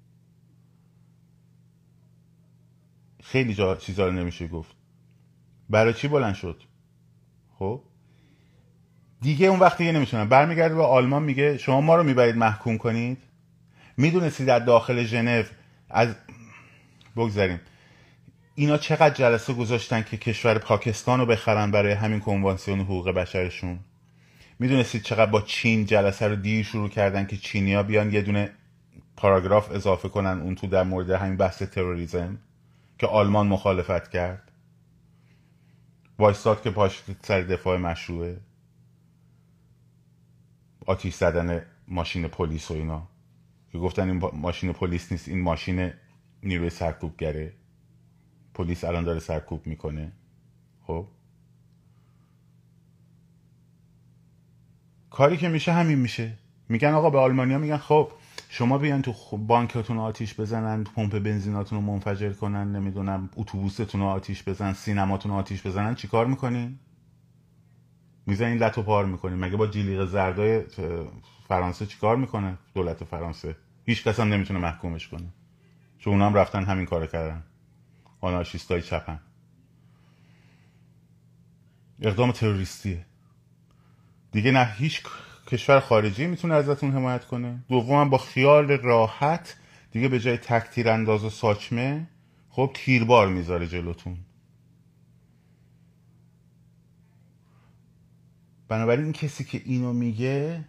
خیلی جا چیزا رو نمیشه گفت. برای چی بلند شد؟ خب دیگه اون وقت دیگه نمیتونن. برمیگرده به آلمان میگه شما ما رو میبرید محکوم کنید. میدونستید در داخل ژنو از بگذاریم اینا چقدر جلسه گذاشتن که کشور پاکستان رو بخرن برای همین کنوانسیون حقوق بشرشون؟ میدونستید چقدر با چین جلسه رو دیر شروع کردن که چینیا بیان یه دونه پاراگراف اضافه کنن اون تو در مورد همین بحث تروریسم که آلمان مخالفت کرد، وایستاد که پاش سر دفاع مشروعه، آتیش زدن ماشین پلیس و اینا که گفتن این ماشین پلیس نیست، این ماشین نیروی سرکوبگره، پلیس الان داره سرکوب میکنه. خب کاری که میشه همین میشه. میگن آقا به آلمانیا میگن خب شما بیان تو بانکتون رو آتیش بزنن، پمپ بنزیناتون رو منفجر کنن، نمیدونم اتوبوستون رو آتیش بزنن، سینماتون رو آتیش بزنن، چیکار میکنین؟ میزنین لط و پار میکنین. مگه با جلیقه زردای فرانسه چیکار میکنه دولت فرانسه؟ هیچ کس هم نمیتونه محکومش کنه، چون اونا هم رفتن همین کارو کردن. آنارشیستای چپن. اقدام تروریستیه دیگه. نه هیچ کشور خارجی میتونه ازتون حمایت کنه. دوم با خیال راحت دیگه به جای تک تیر انداز و ساچمه خب تیربار میذاره جلوتون. بنابراین این کسی که اینو میگه،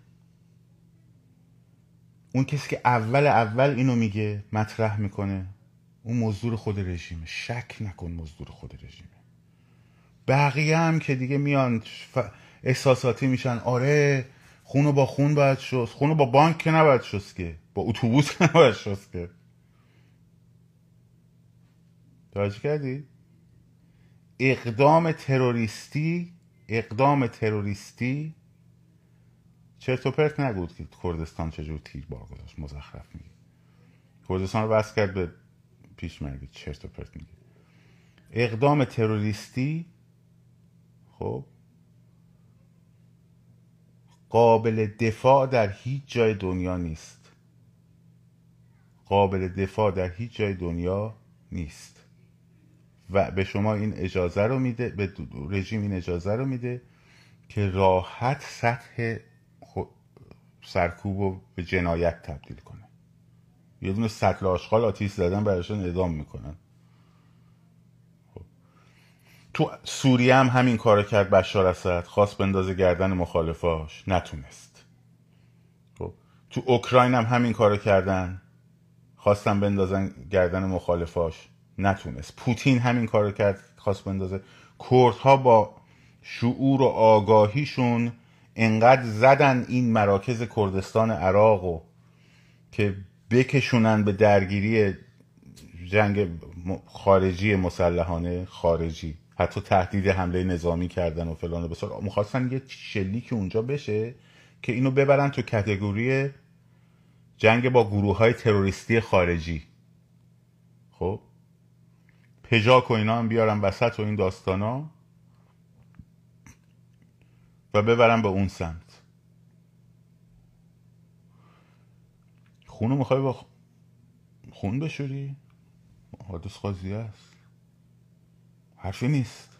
اون کسی که اول اول اینو میگه مطرح میکنه، اون مزدور خود رژیمه. شک نکن مزدور خود رژیمه. بقیه هم که دیگه میان ف... احساساتی میشن، آره خونو با خون باید شست. خونو با بانک که نباید شست که، با اتوبوس که نباید شست که. توجه کردی؟ اقدام تروریستی اقدام تروریستی چرت و پرت نگود که کردستان چجور تیر بار گذاشت. مزخرف میگه کردستان رو بس کرد به پیشمرگی. چرت و پرت میگه. اقدام تروریستی خب قابل دفاع در هیچ جای دنیا نیست. قابل دفاع در هیچ جای دنیا نیست و به شما این اجازه رو میده، به رژیم این اجازه رو میده که راحت سطح سرکوب رو به جنایت تبدیل کنه. یه دونه سطل آشغال آتیش زدن براشون اعدام میکنن. خب. تو سوریه هم همین کارو کرد بشار اسد. خواست بندازه گردن مخالفاش، نتونست. خب. تو اوکراین هم همین کارو کردن، خواستن بندازن گردن مخالفاش، نتونست. پوتین همین کارو کرد، خواست بندازه. کردها با شعور و آگاهیشون انقدر زدن این مراکز کردستان عراقو که بکشونن به درگیری جنگ خارجی مسلحانه خارجی، حتی تهدید حمله نظامی کردن و فلان و بسار. میخواستن یه شلیکی اونجا بشه که اینو ببرن تو کتگوری جنگ با گروه های تروریستی خارجی. خب پژاک و اینا هم بیارن وسط و این داستانا و ببرن به اون سمت. خونو میخوای با خون بشوری؟ حادث قاضیه است، حرفی نیست.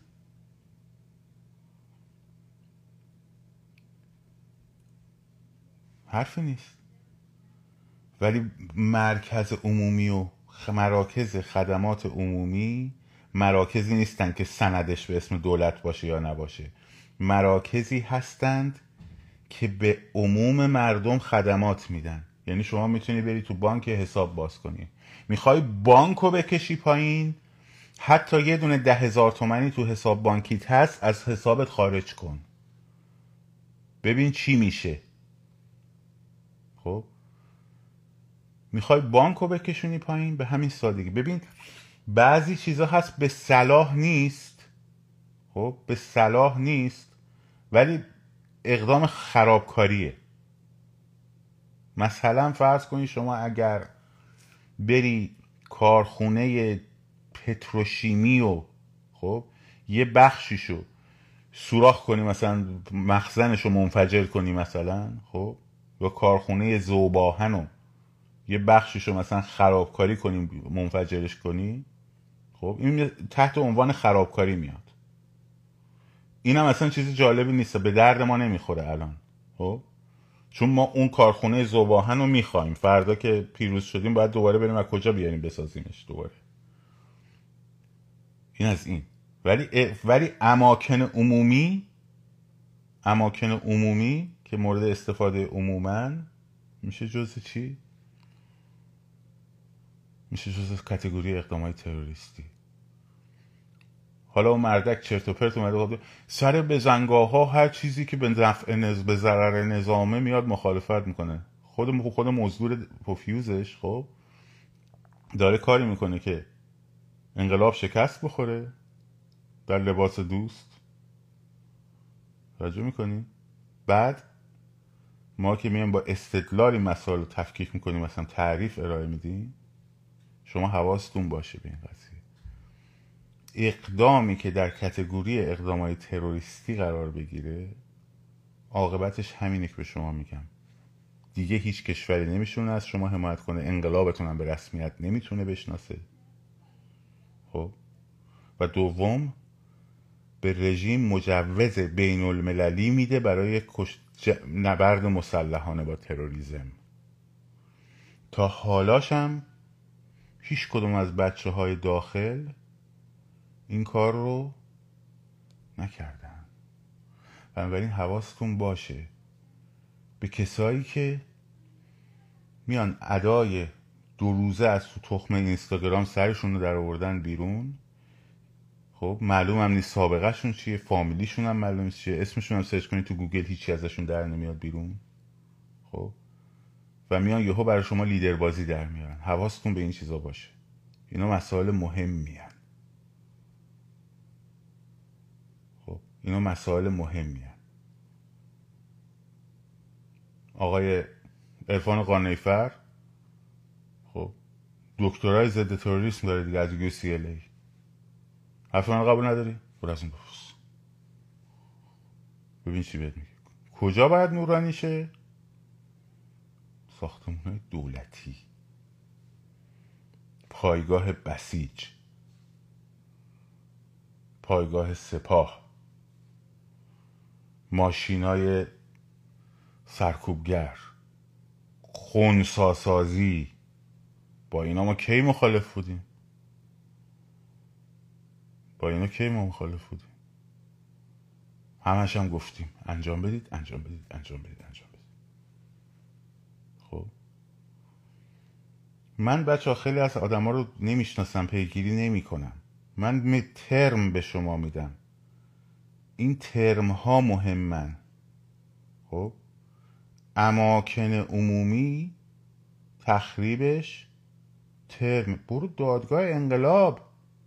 حرفی نیست. ولی مرکز عمومی و مراکز خدمات عمومی مراکزی نیستن که سندش به اسم دولت باشه یا نباشه. مراکزی هستند که به عموم مردم خدمات میدن. یعنی شما میتونی بری تو بانک حساب باز کنی، میخوای بانکو بکشی پایین، حتی یه دونه ده هزار تومنی تو حساب بانکیت هست از حسابت خارج کن، ببین چی میشه. خب میخوای بانکو بکشونی پایین، به همین سادگی. ببین بعضی چیزا هست به صلاح نیست، خب به صلاح نیست ولی اقدام خرابکاریه. مثلا فرض کنی شما اگر بری کارخونه پتروشیمی و خب یه بخشیشو سوراخ کنی، مثلا مخزنشو منفجر کنی مثلا، خب یا کارخونه ذوباهنو یه بخشیشو مثلا خرابکاری کنی، منفجرش کنی، خب این تحت عنوان خرابکاری میاد. اینم اصلا چیزی جالبی نیست، به درد ما نمیخوره الان. خب چون ما اون کارخونه ذوباهن رو میخوایم، فردا که پیروز شدیم باید دوباره بریم از کجا بیاریم بسازیمش دوباره. این از این. ولی ولی اماکن عمومی اماکن عمومی که مورد استفاده عموماً میشه جزء چی؟ میشه جزء کاتگوری اقدامات تروریستی. حالا اون مردک چرت و پرت اومده سر بزنگاه ها هر چیزی که به نفع نز... به ضرر نظامه میاد مخالفت میکنه. خود خود مزدور پوفیوزش خب داره کاری میکنه که انقلاب شکست بخوره در لباس دوست. توجه میکنی؟ بعد ما که میایم با استدلالی مسائل رو تفکیک میکنیم، مثلا تعریف ارائه میدیم، شما حواستون باشه به این قضیه. اقدامی که در کتگوری اقدامات تروریستی قرار بگیره عاقبتش همینه که به شما میگم. دیگه هیچ کشوری نمیتونه از شما حمایت کنه، انقلابتون هم به رسمیت نمیتونه بشناسه. خب و دوم، به رژیم مجوز بین المللی میده برای کش... ج... نبرد مسلحانه با تروریسم. تا حالاشم هیچ کدوم از بچه های داخل این کار رو نکردن. بنابراین حواستون باشه به کسایی که میان ادای دو روزه از تو تخم اینستاگرام سرشون رو در آوردن بیرون. خب معلوم هم نیست سابقه شون چیه، فامیلیشون هم معلوم نیست چیه، اسمشون هم سرچ کنید تو گوگل هیچی ازشون در نمیاد بیرون. خب و میان یهو برای شما لیدر بازی در میارن. حواستون به این چیزا باشه، اینا مسائل مهمی هن. خب اینا مسائل مهمی هن. آقای عرفان قانع‌فر خب دکترای ضد تروریسم داره دیگه از یو سی ال ای. حرف من قبول نداری؟ برو از اون بپرس ببین چی بهت میگه. کجا باید نورانی شه؟ ساختمان‌های دولتی، پایگاه بسیج، پایگاه سپاه، ماشینای سرکوبگر، خنثی‌سازی. با اینا ما کی مخالف بودیم؟ با اینا کی ما مخالف بودیم؟ همش هم گفتیم انجام بدید انجام بدید انجام بدید انجام بدید. خب من بچه خیلی از آدم ها رو نمیشناسم، پیگیری نمی کنم. من می ترم به شما میدم، این ترم ها مهمن. خب اماکن عمومی تخریبش ترم. برو دادگاه انقلاب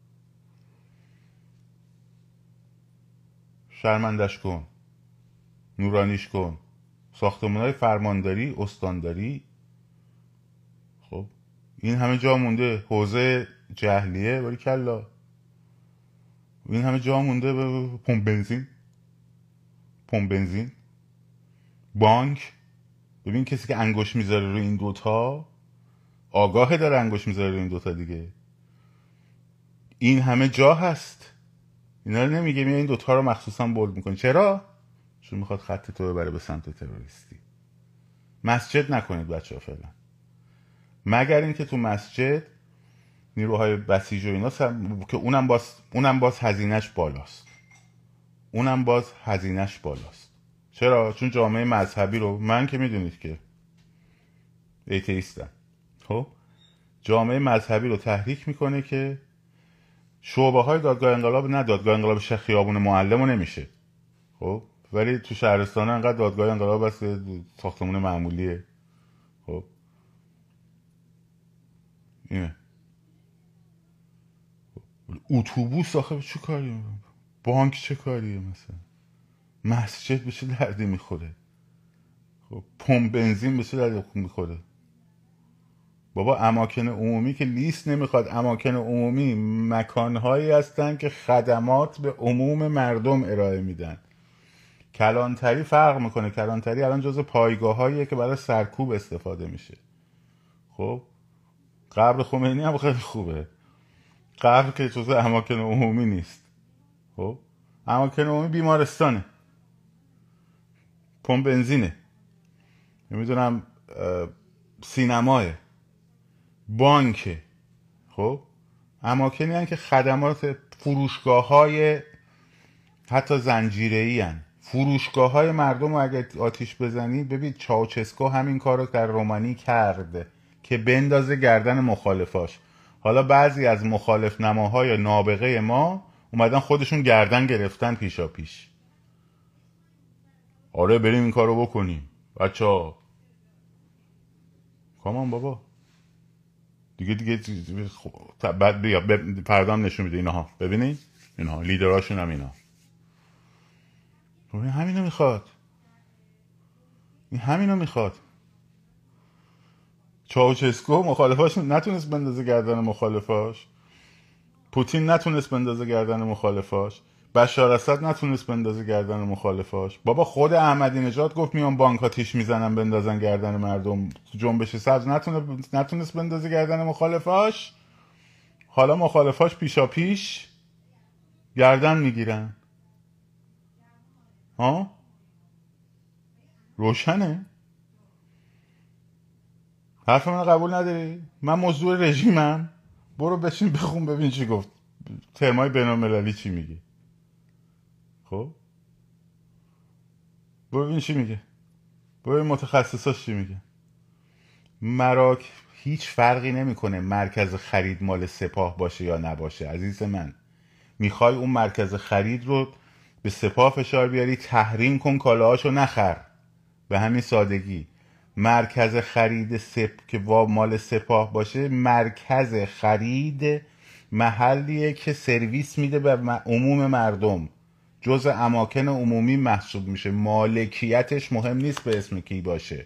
شرمندش کن، نورانیش کن. ساختمان‌های فرمانداری، استانداری، خب این همه جا مونده. حوزه جهلیه باری کلا، این همه جا مونده. به پمپ بنزین، پمپ بنزین، بانک. ببین کسی که انگوش میذاره رو این دوتا آگاه داره انگوش میذاره رو این دوتا دیگه. این همه جا هست، اینا رو نمیگه. میاد این دوتا رو مخصوصا بولد میکنه. چرا؟ چون میخواد خط تو ببره به سمت تروریستی. مسجد نکنید بچه ها فعلا، مگر اینکه تو مسجد نیروهای بسیج و اینا سم... که اونم باز اونم باز هزینهش بالاست. اونم باز هزینهش بالاست. چرا؟ چون جامعه مذهبی رو، من که میدونید که ایتئیستم، خب جامعه مذهبی رو تحریک میکنه که شعبه های دادگاه انقلاب، نه دادگاه انقلاب شیخ خیابون معلم رو نمیشه. خب ولی تو شهرستان انقدر دادگاه انقلاب هست، ساختمون معمولیه. خب اینه اتوبوس آخه چه کاریه؟ بانک چه کاریه؟ مثلا مسجد به چه دردی میخوره؟ خب پمپ بنزین به چه دردی میخوره؟ بابا اماکن عمومی که لیست نمیخواد. اماکن عمومی مکانهایی هستن که خدمات به عموم مردم ارائه میدن. کلانتری فرق میکنه. کلانتری الان جز پایگاه هاییه که برای سرکوب استفاده میشه. خب قبر خمینی هم خیلی خوبه، قبر که جز اماکن عمومی نیست. خب اماکن عمومی بیمارستانه، پمپ بنزینه، نمیدونم سینماه، بانک. خب اماکنی هن که خدمات، فروشگاه های حتی زنجیره‌ای هن. فروشگاه های مردم رو اگه آتیش بزنی، ببین چاوچسکو همین کار رو در رومانی کرده که بندازه گردن مخالفاش. حالا بعضی از مخالف نماهای نابغه ما اومدن خودشون گردن گرفتن پیشا پیش. آره بریم این کار رو بکنیم بچه ها. کامان بابا دیگه دیگه بعد بیا پردام نشون میده اینها. ببینید اینها لیدراشون هم اینا. همینو میخواد. این همینو میخواد. چاوشسکو مخالفاش نتونست بندازه گردن مخالفاش، پوتین نتونست بندازه گردن مخالفاش، بشار اسد نتونست بندازه گردن مخالفاش. بابا خود احمدی نژاد گفت میان بانک ها تیش میزنن بندازن گردن مردم. جنبش سبز نتونه نتونست بندازه گردن مخالفاش. حالا مخالفاش پیشا پیش گردن میگیرن. ها روشنه. حرف من قبول نداری؟ من موضوع رژیمم. برو بشین بخون ببین چی گفت، ترمای بین‌المللی چی میگه. خب ببین چی میگه، ببین متخصصاش چی میگه. مراک هیچ فرقی نمیکنه مرکز خرید مال سپاه باشه یا نباشه عزیز من. میخوای اون مرکز خرید رو به سپاه فشار بیاری، تحریم کن کالاهاشو نخر. به همین سادگی. مرکز خرید سپ که وا مال سپاه باشه، مرکز خرید محلیه که سرویس میده به عموم مردم، جز اماکن عمومی محسوب میشه، مالکیتش مهم نیست به اسم کی باشه.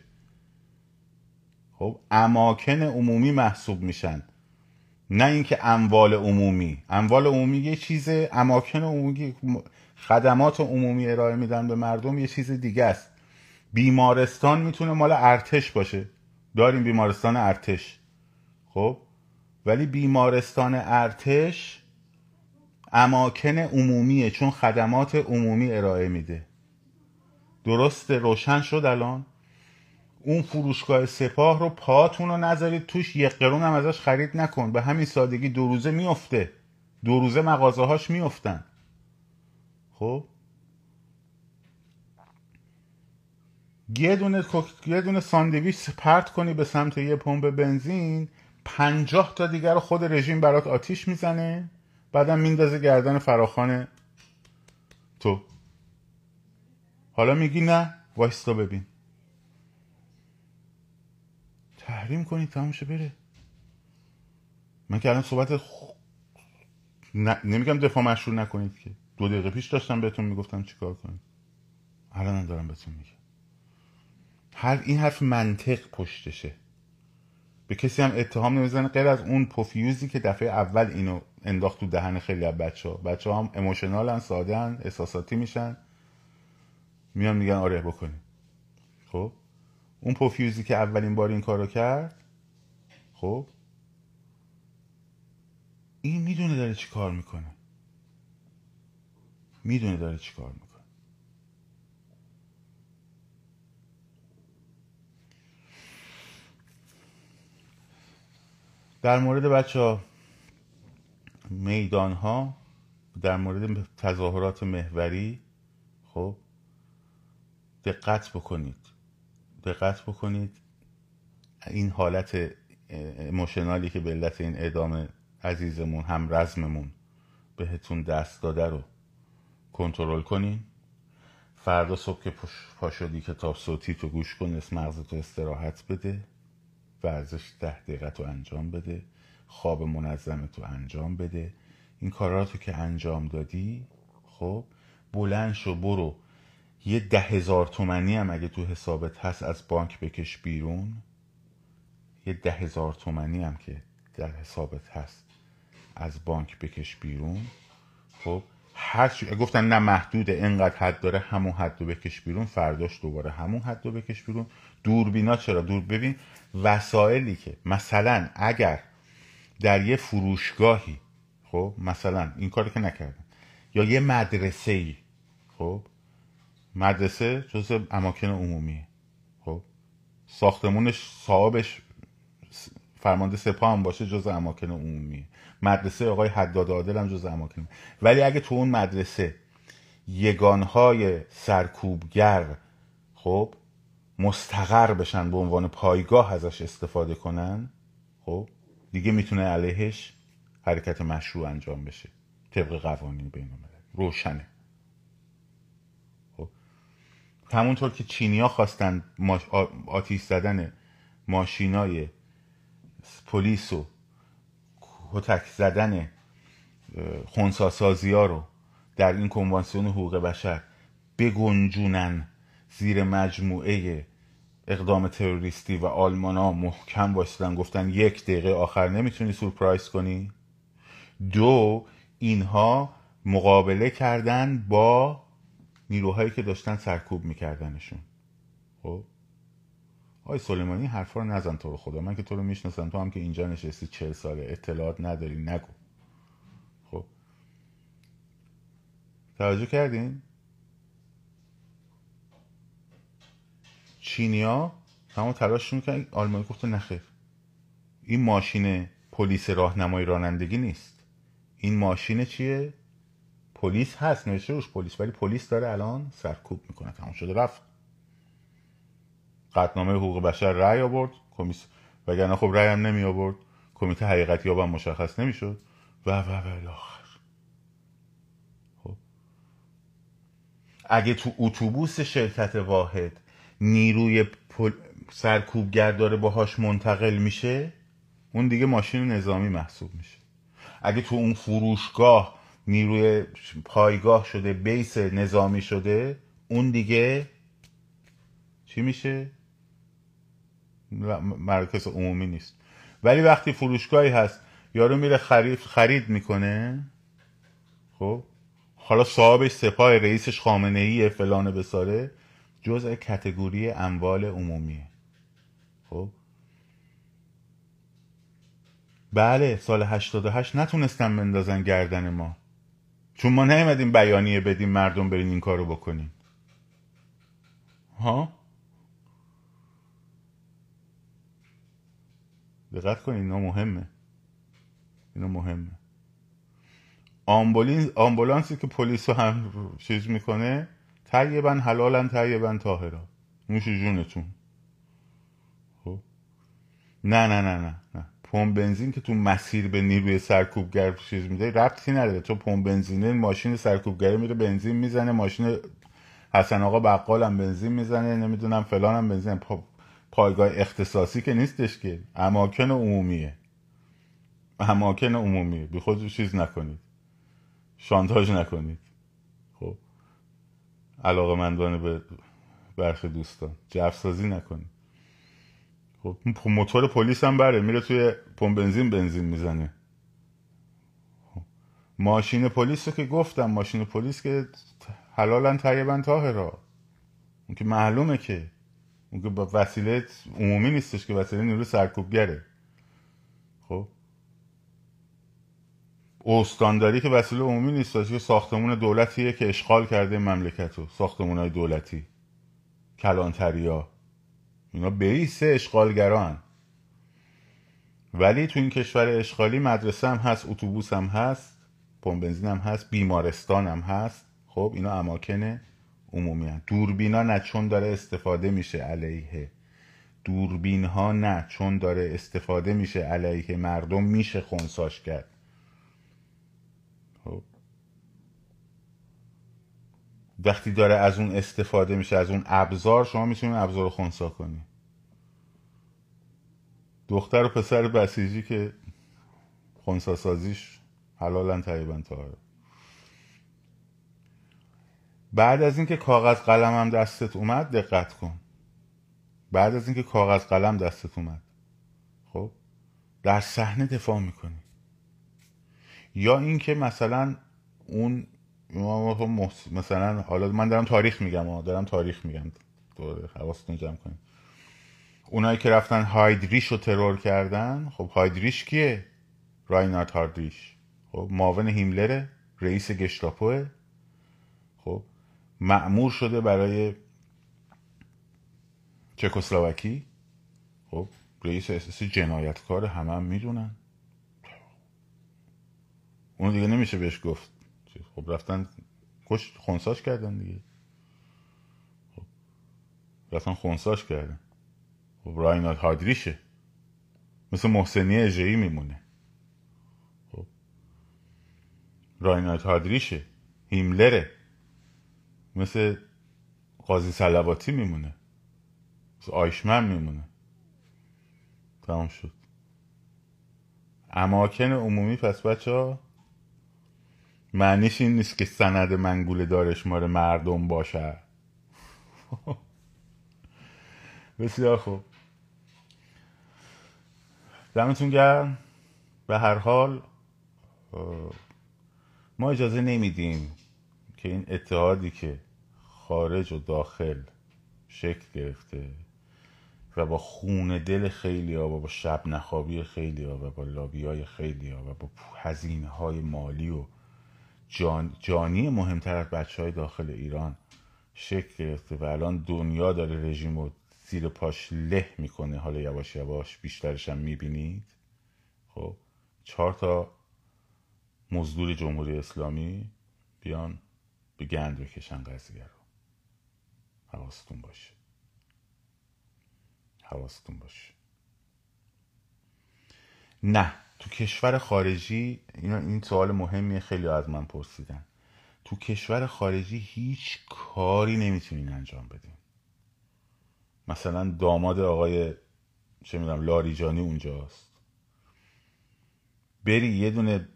خب اماکن عمومی محسوب میشن، نه اینکه اموال عمومی. اموال عمومی یه چیزه، اماکن عمومی خدمات عمومی ارائه میدن به مردم یه چیز دیگه است. بیمارستان میتونه مال ارتش باشه، داریم بیمارستان ارتش، خب ولی بیمارستان ارتش اماکن عمومیه چون خدمات عمومی ارائه میده. درست روشن شد الان؟ اون فروشگاه سپاه رو پاتون رو نذارید توش، یک قرون هم ازش خرید نکن. به همین سادگی دو روزه میفته، دو روزه مغازه هاش میفتن. خب یه دونه یه دونه ساندویچ پرت کنی به سمت یه پمپ بنزین، پنجاه تا دیگر رو خود رژیم برات آتیش میزنه، بعدم میندازه گردن فراخان تو. حالا میگی نه وایستا ببین. تحریم کنید تموم شه بره. من که الان صحبت خ... نه... نمیگم دفاع مشروع نکنید که، دو دقیقه پیش داشتم بهتون میگفتم چیکار کنید، الان دارم بهتون میگم. هر این حرف منطق پشتشه. به کسی هم اتهام نمیزنه غیر از اون پوفیوزی که دفعه اول اینو انداخت تو دهن خیلی از بچه ها. بچه ها هم اموشنالن، ساده هن، احساساتی میشن، میان میگن آره بکنیم. خب اون پوفیوزی که اولین بار این کارو کرد، خب این میدونه داره چی کار میکنه، میدونه داره چی کار میکنه. در مورد بچه ها میدان ها، در مورد تظاهرات محوری، خب دقت بکنید، دقت بکنید. این حالت اموشنالی که به علت این اعدام عزیزمون هم رزممون بهتون دست داده رو کنترل کنین. فردا صبح که پا شدی کتاب صوتی تو گوش کن، اسم مغزتو استراحت بده، ورزش ده دقیقه تو انجام بده، خواب منظم تو انجام بده. این کاراتو که انجام دادی، خب بلند شو برو یه ده هزار تومنی هم اگه تو حسابت هست از بانک بکش بیرون. یه ده هزار تومنی هم که در حسابت هست از بانک بکش بیرون. خب هر چی گفتن نه محدوده، اینقدر حد داره، همون حد رو بکش بیرون. فرداش دوباره همون حد رو بکش بیرون. دوربینا چرا دور؟ ببین وسایلی که مثلا اگر در یه فروشگاهی، خب مثلا این کاری که نکردن، یا یه مدرسه ای، خب مدرسه جزء اماکن عمومیه، خب ساختمونش صاحبش فرمانده سپاه هم باشه جزء اماکن عمومیه، مدرسه آقای حداد عادل هم جزء اماکن. ولی اگه تو اون مدرسه یگانهای سرکوبگر خب مستقر بشن به عنوان پایگاه ازش استفاده کنن، خب دیگه میتونه علیهش حرکت مشروع انجام بشه طبق قوانین بین المللی. روشنه. خب همونطور که چینیا خواستن آتیش زدن ماشینای پلیس و هتک زدن خنثی‌سازی ها رو در این کنوانسیون حقوق بشر بگنجونن زیر مجموعه اقدام تروریستی و آلمانا محکم باشدن گفتن یک دقیقه آخر نمیتونی سورپرایز کنی. دو، اینها مقابله کردن با نیروهایی که داشتن سرکوب میکردنشون. خب آی سلیمانی حرفا رو نزن تو رو خدا، من که تو رو میشناسم، تو هم که اینجا نشستی چهل ساله اطلاعات نداری نگو. خب توجه کردین؟ چینیا همون تلاش میکنن، آلمانی گفته نخیر، این ماشین پلیس راهنمای رانندگی نیست، این ماشین چیه؟ پلیس هست، نوشته روش پلیس، ولی پلیس داره الان سرکوب میکنه. تمام شده رفت. قطعنامه حقوق بشر رأی آورد، کمیس وگرنه خب رأی هم نمی آورد، کمیته حقیقت یاب هم مشخص نمیشد و و و الاخر. خب اگه تو اتوبوس شرکت واحد نیروی پل... سرکوبگر داره باهاش منتقل میشه، اون دیگه ماشین نظامی محسوب میشه. اگه تو اون فروشگاه نیروی پایگاه شده، بیس نظامی شده، اون دیگه چی میشه؟ مرکز عمومی نیست. ولی وقتی فروشگاهی هست یارو میره خرید خرید میکنه، خب حالا صاحبش سپاه، رئیسش خامنه ایه، فلانه بساره، جزء کتگوری اموال عمومیه. خب بله سال هشتاد و هشت نتونستن بندازن گردن ما، چون ما نیومدیم بیانیه بدیم مردم برین این کارو بکنین. ها دقت کنین، اینا مهمه، اینا مهمه. آمبولین آمبولانسی که پلیس هم چیز میکنه، طیبا حلالا طیبا طاهرا، نوش جونتون. خب نه نه نه نه نه پمپ بنزین که تو مسیر به نیروی سرکوبگر چیز میده ربطی نداره. تو پمپ بنزینه، ماشین سرکوبگر میره بنزین میزنه، ماشین حسن آقا بقال هم بنزین میزنه، نمیدونم فلان هم بنزین. پا... پایگاه اختصاصی که نیستش که، اماکن عمومیه، اماکن عمومیه. بی خود چیز نکنید، شانتاژ نکنید. خب علاقه‌مندانه به برخی دوستان جفسازی نکنید. خب موتور پلیس هم بره میره توی پمپ بنزین بنزین میزنه. خب. ماشین پلیس رو که گفتم، ماشین پلیس که حلالا طیبا طاهرا، اون که معلومه که اون که با وسیله عمومی نیستش که، وسیله نیروی سرکوبگره. خب استانداری که وسیله عمومی نیستش که ساختمون دولتیه که اشغال کرده مملکتو، ساختمونای دولتی، کلانتریا، اینا بیس اشغالگران. ولی تو این کشور اشغالی مدرسه هم هست، اتوبوس هم هست، پمپ بنزین هم هست، بیمارستان هم هست. خب اینا اماکن عمومی هست. دوربینا نه، چون داره استفاده میشه علیه دوربین ها، نه چون داره استفاده میشه علیه مردم، میشه خنثاش کرد. خب وقتی داره از اون استفاده میشه، از اون ابزار، شما میتونید ابزار رو خنثی کنی. دختر و پسر بسیجی که خنثی سازیش حلالا طیبا طاهرا. بعد از اینکه کاغذ قلم هم دستت اومد، دقت کن، بعد از اینکه کاغذ قلم دستت اومد، خب در صحنه دفاع میکنی. یا اینکه مثلا اون مثلا، حالا من دارم تاریخ میگم، دارم تاریخ میگم، دوره حواستون جمع کنید. اونایی که رفتن هایدریش رو ترور کردن، خب هایدریش کیه؟ راینارد هایدریش، خب معاون هیملره، رئیس گشتاپوه. خب مأمور شده برای چکسلواکی. خب رئیس اساسی جنایتکار، همه هم میدونن. اون دیگه نمیشه بهش گفت. خب رفتن کش خونساش کردن دیگه. خب رفتن خونساش کردن. خب راینارد هایدریشه، مثل محسنی اژه‌ای میمونه. خب راینارد هایدریشه، هیملره، مثل قاضی صلواتی میمونه، مثل آیشمن میمونه. تمام شد. اماکن عمومی. پس بچه ها معنیش این نیست که سند منگول دارش مال مردم باشه. بسیار خوب، دمتون گرم. به هر حال ما اجازه نمیدیم که این اتحادی که خارج و داخل شکل گرفته و با خون دل خیلی ها و با شب نخوابی خیلی ها و با لابی های خیلی ها و با هزینه های مالی و جان جانی مهمتر از بچه های داخل ایران شکل گرفته و الان دنیا داره رژیم رو زیر پاش له میکنه. حالا یواش یواش بیشترش هم میبینید. خب چهار تا مزدور جمهوری اسلامی بیان به گند بکشن قضیه رو. حواستون باشه، حواستون باشه. نه، تو کشور خارجی، این این سوال مهمیه، خیلی از من پرسیدن. تو کشور خارجی هیچ کاری نمیتونین انجام بدین. مثلا داماد آقای چه میدونم لاریجانی اونجاست، بری یه دونه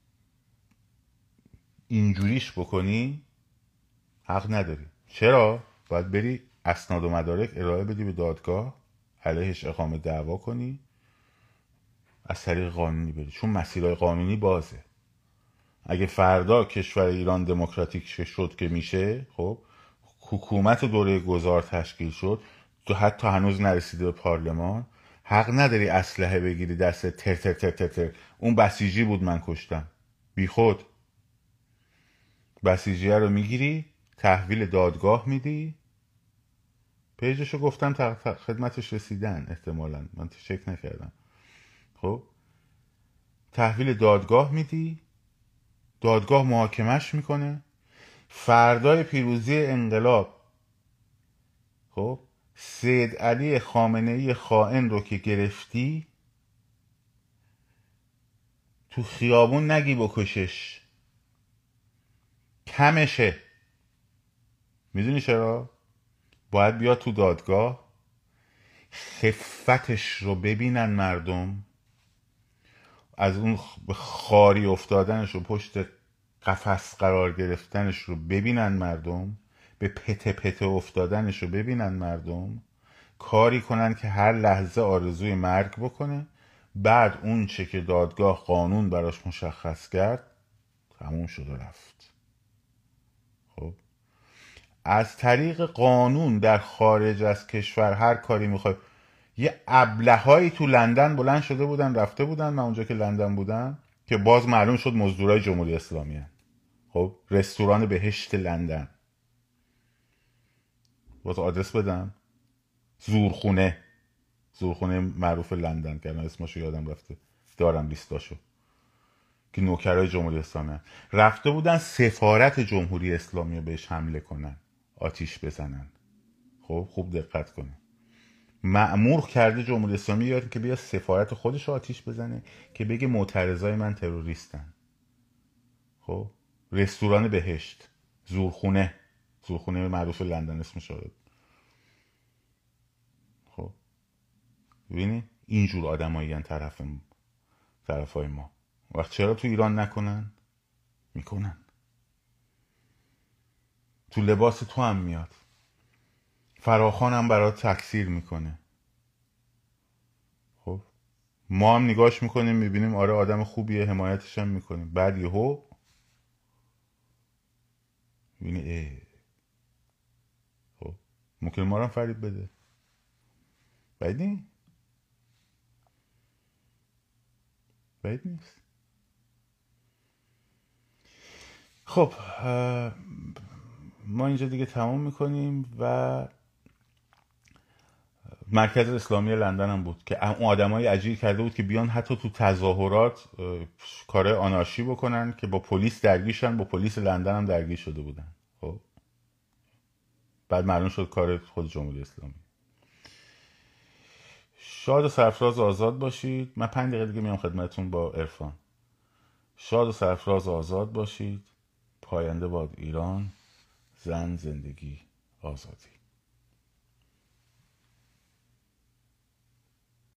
اینجوریش بکنی حق نداری. چرا؟ باید بری اسناد و مدارک ارائه بدی به دادگاه، علیهش اقامه دعوا کنی، از طریق قانونی بری، چون مسیرهای قانونی بازه. اگه فردا کشور ایران دموکراتیک شد که میشه، خب حکومت دوره گذار تشکیل شد، تو حتی هنوز نرسیده به پارلمان، حق نداری اسلحه بگیری دست تر تر تر تر تر. اون بسیجی بود من کشتم، بی خود. بسیجیه رو میگیری، تحویل دادگاه میدی. پیجشو گفتم، خدمتش رسیدن احتمالاً، من چک نکردم. خب تحویل دادگاه میدی، دادگاه محاکمش میکنه. فردای پیروزی انقلاب، خب سید علی خامنه‌ای خائن رو که گرفتی، تو خیابون نگی بکشش، کمشه. میدونی چرا؟ باید بیاد تو دادگاه، خفتش رو ببینن مردم، از اون خاری افتادنش و پشت قفس قرار گرفتنش رو ببینن مردم، به پته پته افتادنش رو ببینن مردم، کاری کنن که هر لحظه آرزوی مرگ بکنه. بعد اون چه که دادگاه قانون براش مشخص کرد تموم شد و رفت. خب از طریق قانون در خارج از کشور هر کاری میخوای. یه ابلهایی تو لندن بلند شده بودن رفته بودن، من اونجا که لندن بودم، که باز معلوم شد مزدورای جمهوری اسلامی هن. خب رستوران بهشت لندن، باز آدرس بدم، زورخونه، زورخونه معروف لندن که الان اسمشو یادم رفته، دارم لیستاشو، که نوکرای جمهوری اسلامی هن. رفته بودن سفارت جمهوری اسلامی رو بهش حمله کنن، آتیش بزنن. خب خوب دقت کنه، مأمور کرده جمهوری اسلامی یاد که بیا سفارت خودش رو آتیش بزنه که بگه معترضای من تروریستن. خب رستوران بهشت، زورخونه، زورخونه معروف لندن اسمش رو. خب ببینی اینجور آدمایی ان طرف طرفای ما. وقت چرا تو ایران نکنن؟ میکنن. تو لباس تو هم میاد، فراخان هم برات تکثیر میکنه. خب ما هم نگاش میکنیم، میبینیم آره آدم خوبیه، حمایتش هم میکنیم. بعد یهو میبینی اه، خب ممکن ما رو هم فریب بده. بعد نی بعد نیست. خب ما اینجا دیگه تمام میکنیم و مرکز اسلامی لندن هم بود که اون آدمای عجیب کرده بود که بیان حتی تو تظاهرات کار آنارشی بکنن که با پلیس درگیرشن، با پلیس لندن هم درگیر شده بودن. خب بعد معلوم شد کار خود جمهوری اسلامی. شاد و سرفراز آزاد باشید. من پنج دقیقه دیگه میام خدمتتون با عرفان. شاد و سرفراز آزاد باشید. پاینده باد ایران. زن، زندگی، آزادی.